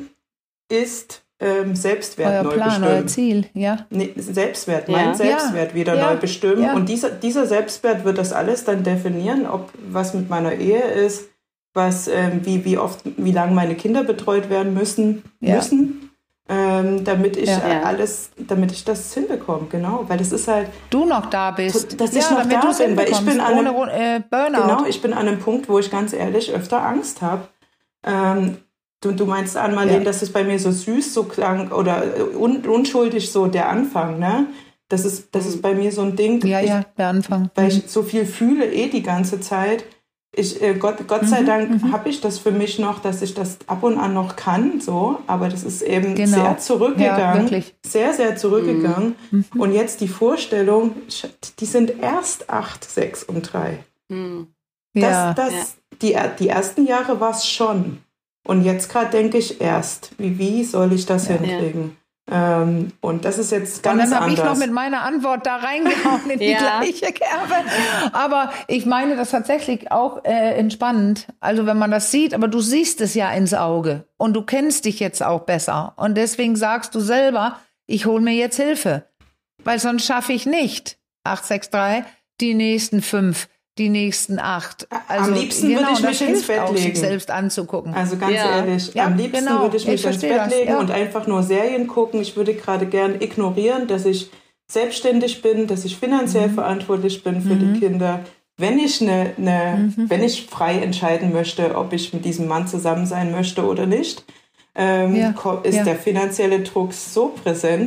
ist ähm, Selbstwert euer neu Plan, bestimmen. Euer Ziel, ja. Nee, Selbstwert, mein ja. Selbstwert ja. wieder ja. neu bestimmen. Ja. Und dieser, dieser Selbstwert wird das alles dann definieren, ob was mit meiner Ehe ist, was, ähm, wie, wie oft, wie lange meine Kinder betreut werden müssen, ja. müssen ähm, damit ich ja. alles, damit ich das hinbekomme, genau, weil das ist halt... Du noch da bist. Dass ja, ich noch da bin, weil ich bin an einem, ohne äh, Burnout. Genau, ich bin an einem Punkt, wo ich ganz ehrlich öfter Angst habe. Ähm, du, du meinst, Ann-Marlene, ja. dass es bei mir so süß so klang oder un, unschuldig so der Anfang, ne? Das ist, das ist bei mir so ein Ding. Ja, ich, ja, der Anfang. Weil ich so viel fühle eh die ganze Zeit. Ich, äh, Gott, Gott sei mhm, Dank mhm. habe ich das für mich noch, dass ich das ab und an noch kann, so, aber das ist eben genau. sehr zurückgegangen, ja, sehr, sehr zurückgegangen. Mhm. Und jetzt die Vorstellung, die sind erst acht, sechs und drei. Mhm. Das, ja. das, ja. die, die ersten Jahre war es schon. Und jetzt gerade denke ich erst, wie, wie soll ich das ja. hinkriegen? Ähm, und das ist jetzt ganz anders. Und dann habe ich noch mit meiner Antwort da reingehauen in die ja. gleiche Kerbe. Aber ich meine das tatsächlich auch äh, entspannend. Also wenn man das sieht, aber du siehst es ja ins Auge. Und du kennst dich jetzt auch besser. Und deswegen sagst du selber, ich hole mir jetzt Hilfe. Weil sonst schaffe ich nicht acht, sechs, drei, die nächsten fünf. Die nächsten acht. Also, am liebsten genau, würde ich mich ins Bett auch, legen. Sich selbst anzugucken. Also ganz ja. ehrlich, ja, am liebsten genau. würde ich mich ich ins Bett das. legen ja. und einfach nur Serien gucken. Ich würde gerade gern ignorieren, dass ich selbstständig bin, dass ich finanziell mhm. verantwortlich bin für mhm. die Kinder. Wenn ich, ne, ne, mhm. wenn ich frei entscheiden möchte, ob ich mit diesem Mann zusammen sein möchte oder nicht, ähm, ja. ist ja. der finanzielle Druck so präsent.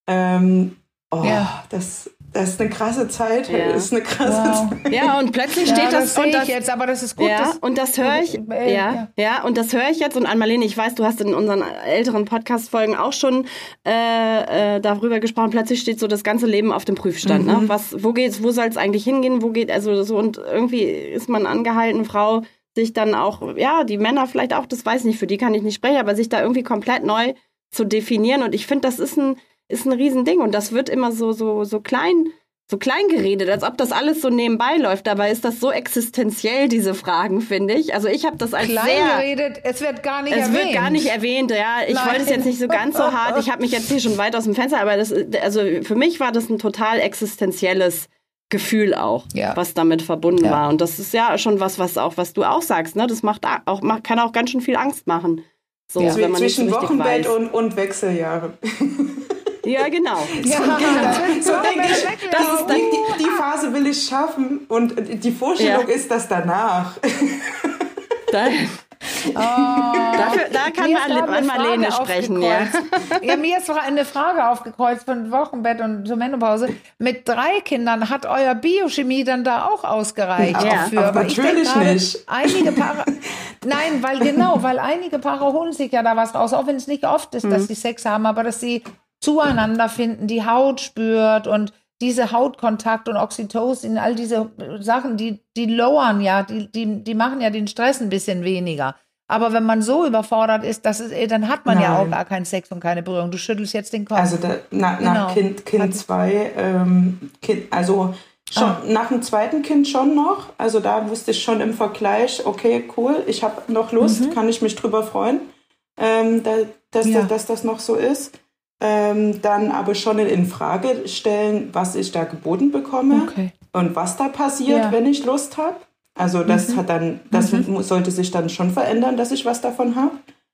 Ähm, oh, ja. das Das ist eine krasse Zeit. Ja. Das ist eine krasse wow. Zeit. Ja, und plötzlich steht ja, das, das und das das jetzt, aber das ist gut. Ja, das, und das höre ich. äh, ja, ja, ja, und das höre ich jetzt. Und Ann-Marlene, ich weiß, du hast in unseren älteren Podcast-Folgen auch schon äh, äh, darüber gesprochen. Plötzlich steht so das ganze Leben auf dem Prüfstand. Mhm. Ne? Was, wo geht's? Wo soll es eigentlich hingehen? Wo geht also so? Und irgendwie ist man angehalten, Frau, sich dann auch, ja, die Männer vielleicht auch. Das weiß ich nicht. Für die kann ich nicht sprechen, aber sich da irgendwie komplett neu zu definieren. Und ich finde, das ist ein ist ein Riesending. Und das wird immer so so so klein. So klein geredet, als ob das alles so nebenbei läuft. Dabei ist das so existenziell, diese Fragen, finde ich. Also ich habe das als klein sehr... geredet, es wird gar nicht es erwähnt. Es wird gar nicht erwähnt, ja. Ich Nein. wollte es jetzt nicht so ganz so hart. Ich habe mich jetzt hier schon weit aus dem Fenster, aber das, also für mich war das ein total existenzielles Gefühl auch, ja. was damit verbunden ja. war. Und das ist ja schon was, was auch, was du auch sagst, ne? Das macht auch, kann auch ganz schön viel Angst machen. So, ja. wenn man Zwischen nicht so Wochenbett weiß. und, und Wechseljahre. Ja, genau. Ja, So denke ich, Das ist dann, die, die Phase will ich schaffen und die Vorstellung Ja. ist das danach. da, Oh, dafür, da kann mir ist gerade man eine Marlene Frage sprechen. Ja. aufgekreuzt. Ja, mir ist eine Frage aufgekreuzt von Wochenbett und zur Menopause. Mit drei Kindern hat euer Biochemie dann da auch ausgereicht Ja, dafür? aber Weil ich natürlich denk gerade, nicht. Einige Paare, nein, weil genau, weil einige Paare holen sich ja da was raus, auch wenn es nicht oft ist, dass sie Sex haben, aber dass sie zueinander finden, die Haut spürt und diese Hautkontakt und Oxytocin, all diese Sachen, die, die lowern ja, die, die, die machen ja den Stress ein bisschen weniger. Aber wenn man so überfordert ist, das ist, dann hat man Nein. ja auch gar keinen Sex und keine Berührung. Du schüttelst jetzt den Kopf. Also da, na, Genau. nach Kind Kind zwei, ähm, kind, also schon Ah. nach dem zweiten Kind schon noch. Also da wusste ich schon im Vergleich, okay, cool, ich habe noch Lust, Mhm. kann ich mich drüber freuen, ähm, da, dass, Ja. dass, dass das noch so ist. Ähm, dann aber schon in Frage stellen, was ich da geboten bekomme Okay. und was da passiert, Ja. wenn ich Lust habe. Also das hat dann, das mu- sollte sich dann schon verändern, dass ich was davon habe.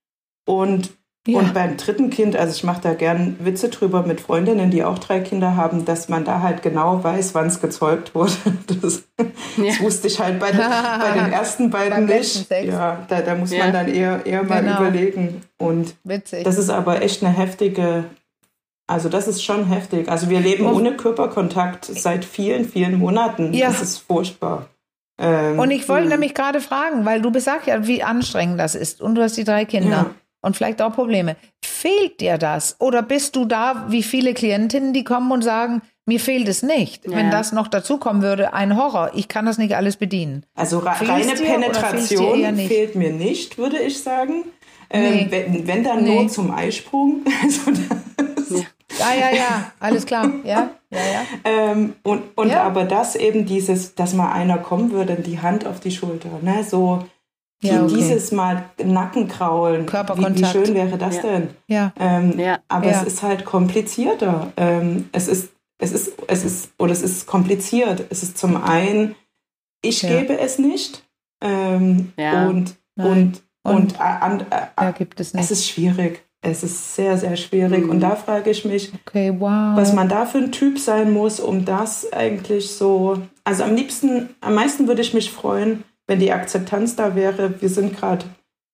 Und, Ja. und beim dritten Kind, also ich mache da gern Witze drüber mit Freundinnen, die auch drei Kinder haben, dass man da halt genau weiß, wann es gezeugt wurde. Das, das wusste ich halt bei den, bei den ersten beiden Beim letzten nicht. Sex. Ja, da, da muss Ja. man dann eher, eher mal Genau. überlegen. Und Witzig. das ist aber echt eine heftige, also das ist schon heftig. Also wir leben Und- ohne Körperkontakt seit vielen, vielen Monaten. Ja. Das ist furchtbar. Ähm, Und ich wollte nämlich gerade fragen, weil du besagst ja, wie anstrengend das ist und du hast die drei Kinder Ja. und vielleicht auch Probleme. Fehlt dir das? Oder bist du da wie viele Klientinnen, die kommen und sagen, mir fehlt es nicht. Ja. Wenn das noch dazukommen würde, ein Horror. Ich kann das nicht alles bedienen. Also ra- Fehlt's reine dir oder fehlt's dir Penetration eher nicht? fehlt mir nicht, würde ich sagen. Ähm, Nee. wenn, wenn dann Nee. nur zum Eisprung. Also das, Ja, ja, ja, alles klar. Ja, ja, ja. ähm, und und Ja. aber das eben dieses, dass mal einer kommen würde, die Hand auf die Schulter, ne? So die, Ja, okay. dieses Mal Nackenkraulen. Körperkontakt. Wie, wie schön wäre das Ja. denn? Ja, Ähm, Ja. Aber Ja. es ist halt komplizierter. Ähm, es ist, es ist, es ist, oder es ist kompliziert. Es ist zum einen, ich Ja. gebe es nicht. Ähm, Ja. und, Nein. und, und, Und? äh, an, äh, da gibt es es nicht. ist schwierig. Es ist sehr, sehr schwierig. Mhm. Und da frage ich mich, Okay, wow. was man da für ein Typ sein muss, um das eigentlich so. Also am liebsten, am meisten würde ich mich freuen, wenn die Akzeptanz da wäre. Wir sind gerade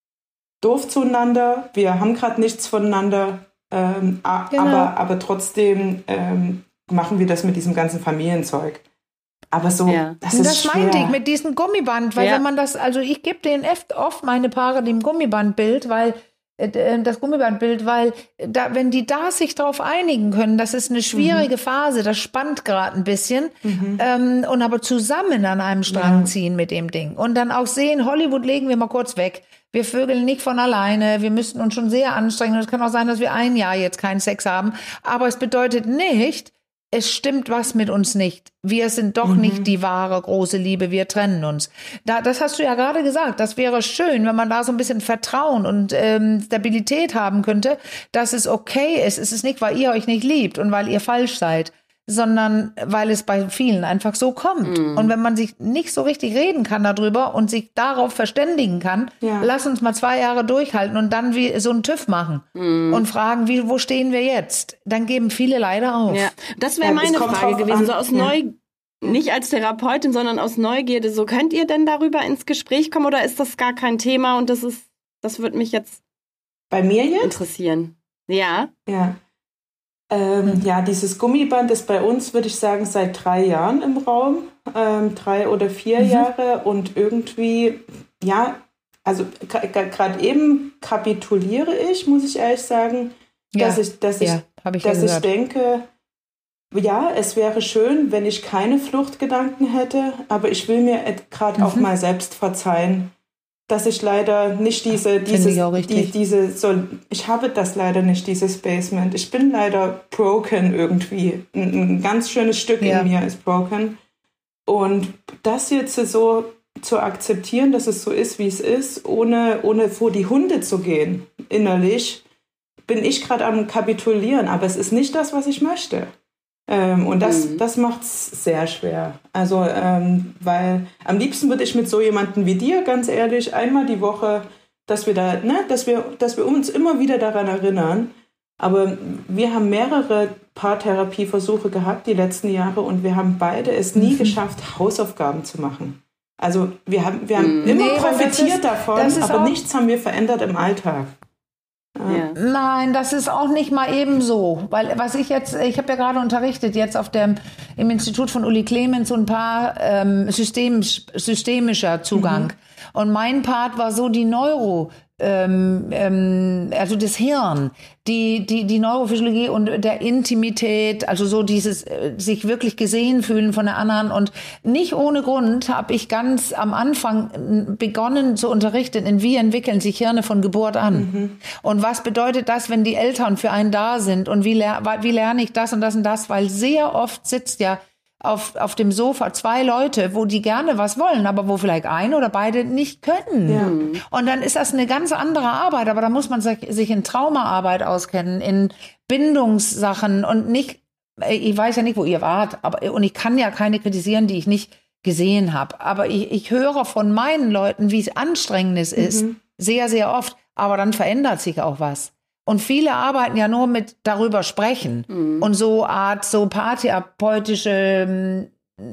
doof zueinander, wir haben gerade nichts voneinander, ähm, a- Genau. aber, aber trotzdem ähm, machen wir das mit diesem ganzen Familienzeug. Aber so, Ja. das Und ist das schwer. meinte ich mit diesem Gummiband, weil Ja. wenn man das, also ich gebe denen oft, oft meine Paare dem Gummibandbild, weil äh, das Gummibandbild, weil da, wenn die da sich drauf einigen können, das ist eine schwierige Phase, das spannt gerade ein bisschen, ähm, und aber zusammen an einem Strang Ja. ziehen mit dem Ding und dann auch sehen, Hollywood legen wir mal kurz weg. Wir vögeln nicht von alleine, wir müssten uns schon sehr anstrengen. Es kann auch sein, dass wir ein Jahr jetzt keinen Sex haben, aber es bedeutet nicht, es stimmt was mit uns nicht. Wir sind doch nicht die wahre große Liebe, wir trennen uns. Da, das hast du ja gerade gesagt, das wäre schön, wenn man da so ein bisschen Vertrauen und ähm, Stabilität haben könnte, dass es okay ist. Es ist nicht, weil ihr euch nicht liebt und weil ihr falsch seid, sondern weil es bei vielen einfach so kommt. Und wenn man sich nicht so richtig reden kann darüber und sich darauf verständigen kann, Ja. lass uns mal zwei Jahre durchhalten und dann wie so einen TÜV machen und fragen, wie, wo stehen wir jetzt? Dann geben viele leider auf. Ja, das wäre Ja, es meine kommt Frage drauf gewesen, an. so aus Ja. Neu, nicht als Therapeutin, sondern aus Neugierde. So, könnt ihr denn darüber ins Gespräch kommen oder ist das gar kein Thema und das ist, das würde mich jetzt Bei mir jetzt? interessieren. Ja, Ja. Ähm, Mhm. Ja, dieses Gummiband ist bei uns, würde ich sagen, seit drei Jahren im Raum. Ähm, drei oder vier Mhm. Jahre. Und irgendwie, ja, also gerade eben kapituliere ich, muss ich ehrlich sagen, Ja. dass ich, dass ich, Ja, habe ich ja dass ich gehört. denke, ja, es wäre schön, wenn ich keine Fluchtgedanken hätte, aber ich will mir gerade auch Mhm. mal selbst verzeihen, dass ich leider nicht diese, Finde dieses, ich auch die, richtig. diese, so, ich habe das leider nicht, dieses Basement. Ich bin leider broken irgendwie. Ein, ein ganz schönes Stück Ja. in mir ist broken. Und das jetzt so zu akzeptieren, dass es so ist, wie es ist, ohne, ohne vor die Hunde zu gehen, innerlich, bin ich gerade am Kapitulieren. Aber es ist nicht das, was ich möchte. Ähm, und das, Mhm. das macht es sehr schwer. Also, ähm, weil am liebsten würde ich mit so jemandem wie dir, ganz ehrlich, einmal die Woche, dass wir da, ne, dass wir, dass wir uns immer wieder daran erinnern. Aber wir haben mehrere Paartherapieversuche gehabt die letzten Jahre und wir haben beide es nie mhm. geschafft, Hausaufgaben zu machen. Also wir haben, wir haben mhm. immer nee, profitiert ist, davon, aber nichts haben wir verändert im Alltag. Ja. Nein, das ist auch nicht mal eben so, weil was ich jetzt, ich habe ja gerade unterrichtet jetzt auf dem im Institut von Uli Clemens so ein paar ähm, systemisch, systemischer Zugang mhm. und mein Part war so die Neuro ähm, ähm, also das Hirn, die die die Neurophysiologie und der Intimität, also so dieses äh, sich wirklich gesehen fühlen von der anderen und nicht ohne Grund habe ich ganz am Anfang begonnen zu unterrichten, in wie entwickeln sich Hirne von Geburt an mhm. und was bedeutet das, wenn die Eltern für einen da sind und wie, ler- wie lerne ich das und das und das, weil sehr oft sitzt ja auf auf dem Sofa zwei Leute, wo die gerne was wollen, aber wo vielleicht ein oder beide nicht können. Ja. Und dann ist das eine ganz andere Arbeit, aber da muss man sich, sich in Traumaarbeit auskennen, in Bindungssachen und nicht, ich weiß ja nicht, wo ihr wart, aber und ich kann ja keine kritisieren, die ich nicht gesehen habe, aber ich, ich höre von meinen Leuten, wie es anstrengend es ist, mhm. sehr, sehr oft, aber dann verändert sich auch was. Und viele arbeiten ja nur mit darüber sprechen mhm. und so Art, so paartherapeutische,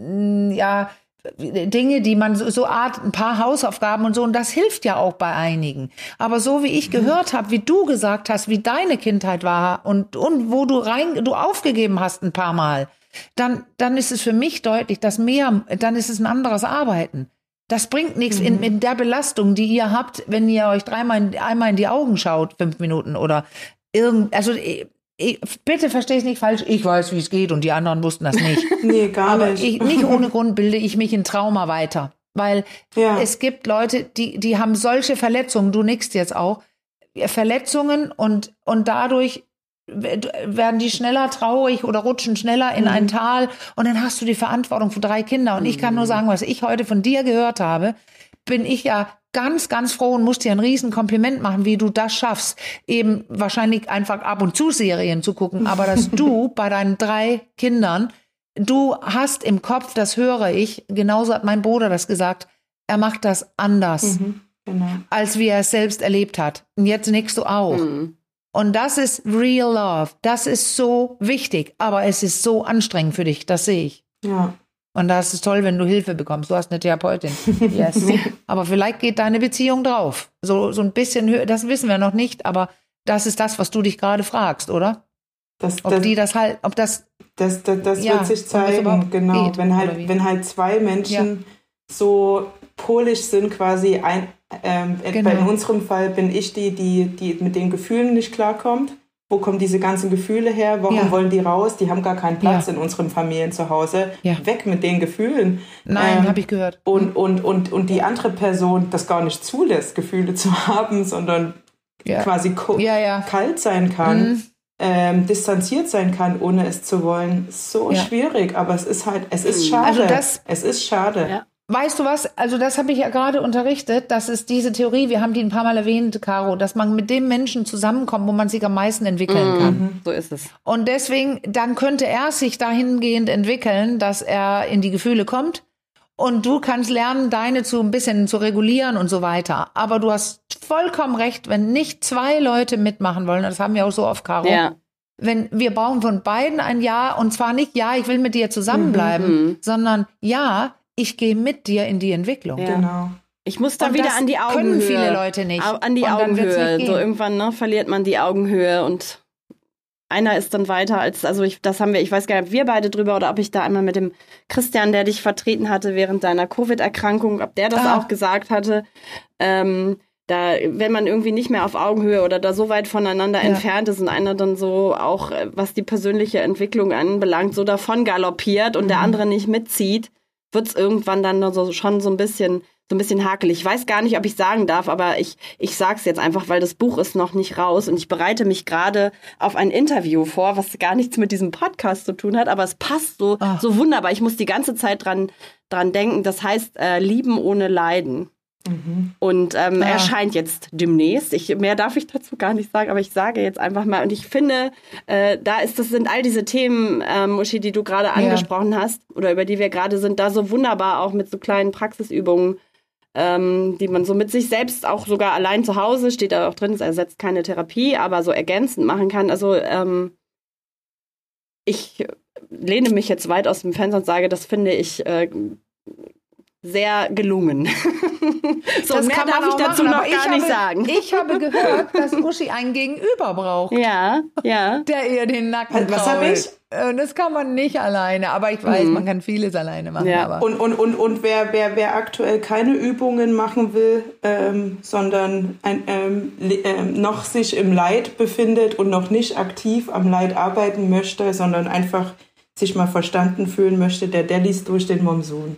ja, Dinge, die man so, so Art, ein paar Hausaufgaben und so, und das hilft ja auch bei einigen. Aber so wie ich gehört habe, wie du gesagt hast, wie deine Kindheit war und, und wo du rein, du aufgegeben hast ein paar Mal, dann, dann ist es für mich deutlich, dass mehr, dann ist es ein anderes Arbeiten. Das bringt nichts mhm. in, in der Belastung, die ihr habt, wenn ihr euch dreimal in, einmal in die Augen schaut, fünf Minuten oder irgend, also ich, ich, bitte verstehe es nicht falsch, ich weiß, wie es geht und die anderen wussten das nicht. Nee, gar Aber nicht. Ich, nicht ohne Grund bilde ich mich in Trauma weiter, weil ja. es gibt Leute, die, die haben solche Verletzungen, du nickst jetzt auch, Verletzungen und, und dadurch werden die schneller traurig oder rutschen schneller in mhm. ein Tal und dann hast du die Verantwortung für drei Kinder. Und ich kann nur sagen, was ich heute von dir gehört habe, bin ich ja ganz, ganz froh und muss dir ein riesen Kompliment machen, wie du das schaffst, eben wahrscheinlich einfach ab und zu Serien zu gucken, aber dass du bei deinen drei Kindern, du hast im Kopf, das höre ich, genauso hat mein Bruder das gesagt, er macht das anders, mhm, genau. als wie er es selbst erlebt hat. Und jetzt nickst du auch. Mhm. Und das ist real love. Das ist so wichtig, aber es ist so anstrengend für dich, das sehe ich. Ja. Und das ist toll, wenn du Hilfe bekommst. Du hast eine Therapeutin. Yes. Aber vielleicht geht deine Beziehung drauf. So, so ein bisschen höher, das wissen wir noch nicht, aber das ist das, was du dich gerade fragst, oder? Das, ob das, die das halt, ob das. Das, das, das ja, wird sich zeigen, genau. Geht, wenn halt, wenn halt zwei Menschen ja. so polisch sind, quasi ein. Ähm, genau. In unserem Fall bin ich die, die, die mit den Gefühlen nicht klarkommt. Wo kommen diese ganzen Gefühle her? Warum ja. wollen die raus? Die haben gar keinen Platz ja. in unseren Familien zu Hause. Ja. Weg mit den Gefühlen. Nein, ähm, habe ich gehört. Und, und, und, und die andere Person das gar nicht zulässt, Gefühle zu haben, sondern ja. quasi ko- ja, ja. kalt sein kann, mhm. ähm, distanziert sein kann, ohne es zu wollen. So ja. schwierig, aber es ist halt, es ist schade. Also das, es ist schade. Ja. Weißt du was? Also das habe ich ja gerade unterrichtet. Das ist diese Theorie, wir haben die ein paar Mal erwähnt, Caro, dass man mit dem Menschen zusammenkommt, wo man sich am meisten entwickeln mhm. kann. So ist es. Und deswegen, dann könnte er sich dahingehend entwickeln, dass er in die Gefühle kommt. Und du kannst lernen, deine zu ein bisschen zu regulieren und so weiter. Aber du hast vollkommen recht, wenn nicht zwei Leute mitmachen wollen, das haben wir auch so oft, Caro. Ja. Wenn wir brauchen von beiden ein Ja, und zwar nicht Ja, ich will mit dir zusammenbleiben, mhm. sondern Ja, ich gehe mit dir in die Entwicklung. Ja. Genau. Ich muss da und wieder an die Augenhöhe. Können viele Leute nicht. An die und Augenhöhe. So irgendwann ne, verliert man die Augenhöhe und einer ist dann weiter als, also ich, das haben wir, ich weiß gar nicht, ob wir beide drüber oder ob ich da einmal mit dem Christian, der dich vertreten hatte während deiner Covid-Erkrankung, ob der das ah. auch gesagt hatte. Ähm, da, wenn man irgendwie nicht mehr auf Augenhöhe oder da so weit voneinander ja. entfernt ist und einer dann so auch, was die persönliche Entwicklung anbelangt, so davon galoppiert und mhm. der andere nicht mitzieht, wird's irgendwann dann so, schon so ein bisschen so ein bisschen hakelig. Ich weiß gar nicht, ob ich sagen darf, aber ich ich sag's jetzt einfach, weil das Buch ist noch nicht raus und ich bereite mich gerade auf ein Interview vor, was gar nichts mit diesem Podcast zu tun hat, aber es passt so Ach. so wunderbar. Ich muss die ganze Zeit dran dran denken. Das heißt äh, Lieben ohne Leiden. Mhm. Und ähm, ja. erscheint jetzt demnächst. Ich, mehr darf ich dazu gar nicht sagen, aber ich sage jetzt einfach mal. Und ich finde, äh, da ist das sind all diese Themen, ähm, Uschi, die du gerade angesprochen ja. hast oder über die wir gerade sind, da so wunderbar auch mit so kleinen Praxisübungen ähm, die man so mit sich selbst auch sogar allein zu Hause, steht da auch drin, es ersetzt keine Therapie, aber so ergänzend machen kann. Also ähm, ich lehne mich jetzt weit aus dem Fenster und sage, das finde ich äh, sehr gelungen. So, das mehr kann man darf ich auch dazu machen, noch aber gar ich nicht habe, sagen. Ich habe gehört, dass Uschi einen Gegenüber braucht, Ja, ja. der ihr den Nacken Was krault. habe ich? Äh, Das kann man nicht alleine, aber ich weiß, Mhm. man kann vieles alleine machen. Ja. Aber Und, und, und, und wer, wer, wer aktuell keine Übungen machen will, ähm, sondern ein, ähm, le- ähm, noch sich im Leid befindet und noch nicht aktiv am Leid arbeiten möchte, sondern einfach sich mal verstanden fühlen möchte, der, der liest durch den Monsun.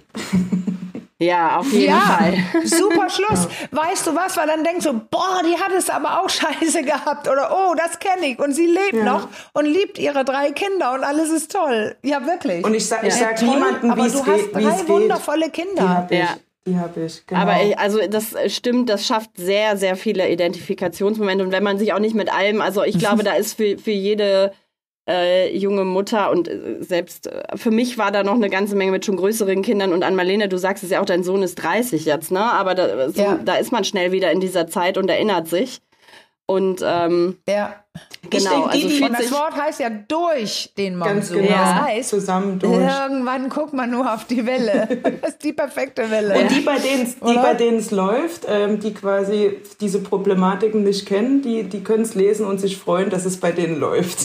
Ja, auf jeden ja, Fall. super Schluss. Weißt du was? Weil dann denkst du, boah, die hat es aber auch scheiße gehabt. Oder, oh, das kenne ich. Und sie lebt Ja. noch und liebt ihre drei Kinder und alles ist toll. Ja, wirklich. Und ich, sa- ich Ja, sage toll, niemandem, aber wie es du geht. hast wie drei es geht. wundervolle Die Kinder. habe ich. Ja. Die habe ich, genau. Aber ich, also das stimmt, das schafft sehr, sehr viele Identifikationsmomente. Und wenn man sich auch nicht mit allem, also ich glaube, da ist für, für jede äh, junge Mutter und äh, selbst äh, für mich war da noch eine ganze Menge mit schon größeren Kindern. Und an Marlene, du sagst es ja auch, dein Sohn ist dreißig jetzt, ne? Aber da, so, Ja. da ist man schnell wieder in dieser Zeit und erinnert sich. Und ähm, Ja. genau, denk, die, also die- fühlt Und das sich- Wort heißt ja durch den Ganz Monsun. genau. Das heißt, Zusammen durch. irgendwann guckt man nur auf die Welle. Das ist die perfekte Welle. Und die, bei denen es die Oder? bei denen es läuft, ähm, die quasi diese Problematiken nicht kennen, die, die können es lesen und sich freuen, dass es bei denen läuft.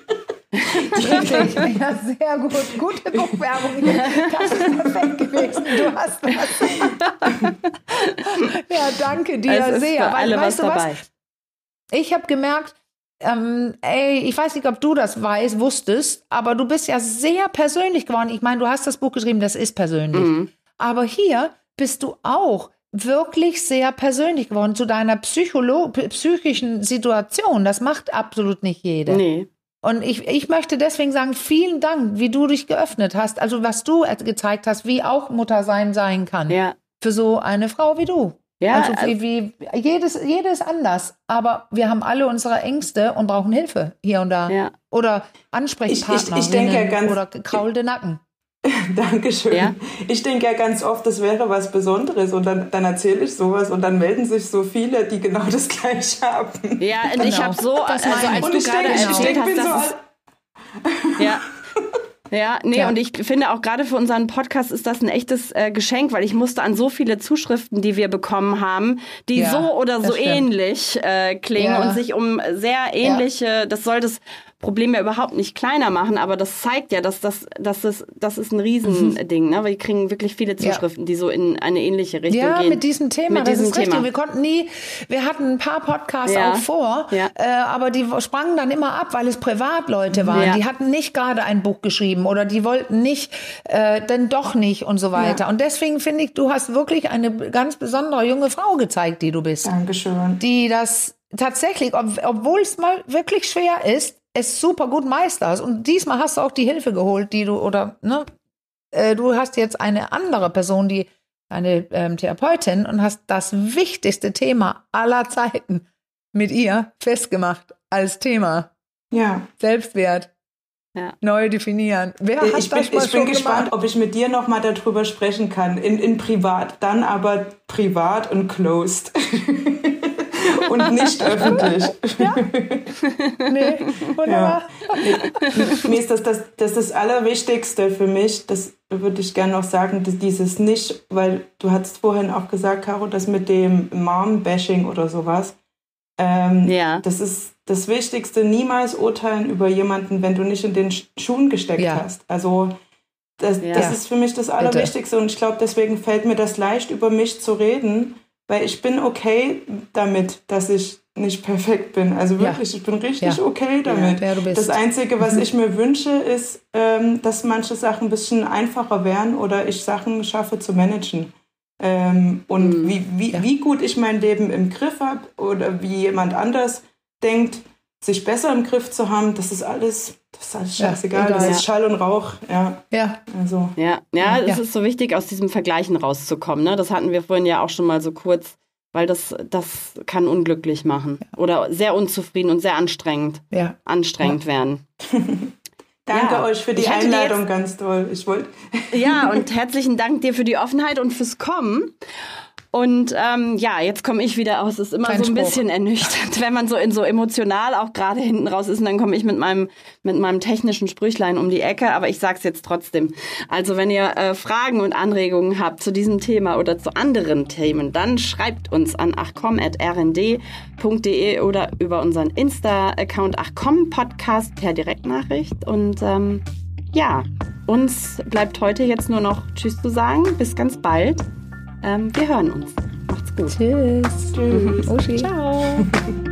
Richtig. Ja, sehr gut. Gute Buchwerbung. Das ist perfekt gewesen. Du hast was. Ja, danke dir Es ist sehr. für alle was weißt du dabei. was? Ich habe gemerkt, ähm, ey, ich weiß nicht, ob du das weißt, wusstest, aber du bist ja sehr persönlich geworden. Ich meine, du hast das Buch geschrieben, das ist persönlich. Mhm. Aber hier bist du auch wirklich sehr persönlich geworden zu deiner Psycholo- psychischen Situation. Das macht absolut nicht jeder. Nee. Und ich, ich möchte deswegen sagen, vielen Dank, wie du dich geöffnet hast. Also was du gezeigt hast, wie auch Muttersein sein kann. Ja. Für so eine Frau wie du. Ja, also wie, wie jedes, jedes anders. Aber wir haben alle unsere Ängste und brauchen Hilfe hier und da. Ja. Oder Ansprechpartner. Ich- ich- ich denke ja ganz- oder gekraulte Nacken. Dankeschön. Ja. Ich denke ja ganz oft, das wäre was Besonderes und dann, dann erzähle ich sowas und dann melden sich so viele, die genau das Gleiche haben. Ja, und ich Genau. habe so, Das also meine ich. als Und du ich gerade denke, ich erzählt denke, hast, bin so dass es, alt. ja. Ja, nee, Ja. und ich finde auch gerade für unseren Podcast ist das ein echtes äh, Geschenk, weil ich musste an so viele Zuschriften, die wir bekommen haben, die Ja, so oder so das stimmt. ähnlich äh, klingen Ja. und sich um sehr ähnliche, das soll das Problem ja überhaupt nicht kleiner machen, aber das zeigt ja, dass das, dass das, das ist ein Riesending, ne? Weil wir kriegen wirklich viele Zuschriften, die so in eine ähnliche Richtung Ja, gehen. mit diesem Thema, Mit das diesem ist richtig. Thema. Wir konnten nie, wir hatten ein paar Podcasts Ja. auch vor, Ja. äh, aber die sprangen dann immer ab, weil es Privatleute waren. Ja. Die hatten nicht gerade ein Buch geschrieben oder die wollten nicht, äh, denn doch nicht und so weiter. Ja. Und deswegen finde ich, du hast wirklich eine ganz besondere junge Frau gezeigt, die du bist. Dankeschön. Die das tatsächlich, ob, obwohl es mal wirklich schwer ist, es super gut meisterst. Und diesmal hast du auch die Hilfe geholt, die du, oder, ne, äh, du hast jetzt eine andere Person, die, eine ähm, Therapeutin, und hast das wichtigste Thema aller Zeiten mit ihr festgemacht als Thema. Ja. Selbstwert. Ja. Neu definieren. Wer hat Ich das bin, mal ich bin schon gespannt, gemacht? ob ich mit dir noch mal darüber sprechen kann. In, in privat. Dann aber privat und closed. Und nicht öffentlich. Nee, wunderbar. Mir ist das, das, das ist das Allerwichtigste für mich, das würde ich gerne noch sagen, dass dieses nicht, weil du hattest vorhin auch gesagt, Caro, das mit dem Mom-Bashing oder sowas, ähm, Ja. das ist das Wichtigste, niemals urteilen über jemanden, wenn du nicht in den Schuhen gesteckt Ja. hast. Also das, Ja. das ist für mich das Allerwichtigste und ich glaube, deswegen fällt mir das leicht, über mich zu reden, weil ich bin okay damit, dass ich nicht perfekt bin. Also wirklich, ich bin richtig Ja. okay damit. Ja, du bist. Das Einzige, was ich mir wünsche, ist, ähm, dass manche Sachen ein bisschen einfacher wären oder ich Sachen schaffe zu managen. Ähm, und Mhm. wie, wie, Ja. wie gut ich mein Leben im Griff habe oder wie jemand anders denkt, sich besser im Griff zu haben, das ist alles, das ist alles Ja, scheißegal. egal. Das Ja. ist Schall und Rauch. Ja, Ja, also. Ja, ja, es Ja. ist so wichtig, aus diesem Vergleichen rauszukommen. Ne? Das hatten wir vorhin ja auch schon mal so kurz, weil das, das kann unglücklich machen oder sehr unzufrieden und sehr anstrengend, ja. anstrengend werden. Danke Ja. euch für die Ich hatte dir Einladung, jetzt- ganz toll. Ich wollte. Ja, und herzlichen Dank dir für die Offenheit und fürs Kommen. Und ähm, ja, jetzt komme ich wieder aus. Es ist immer Kein so ein Spruch. bisschen ernüchternd, wenn man so in so emotional auch gerade hinten raus ist. Und dann komme ich mit meinem mit meinem technischen Sprüchlein um die Ecke. Aber ich sag's jetzt trotzdem. Also wenn ihr äh, Fragen und Anregungen habt zu diesem Thema oder zu anderen Themen, dann schreibt uns an achcom at r n d punkt d e oder über unseren Insta-Account achcom Podcast per Direktnachricht. Und ähm, ja, uns bleibt heute jetzt nur noch Tschüss zu sagen. Bis ganz bald. Ähm, wir hören uns. Macht's gut. Tschüss. Tschüss. Uschi. Ciao.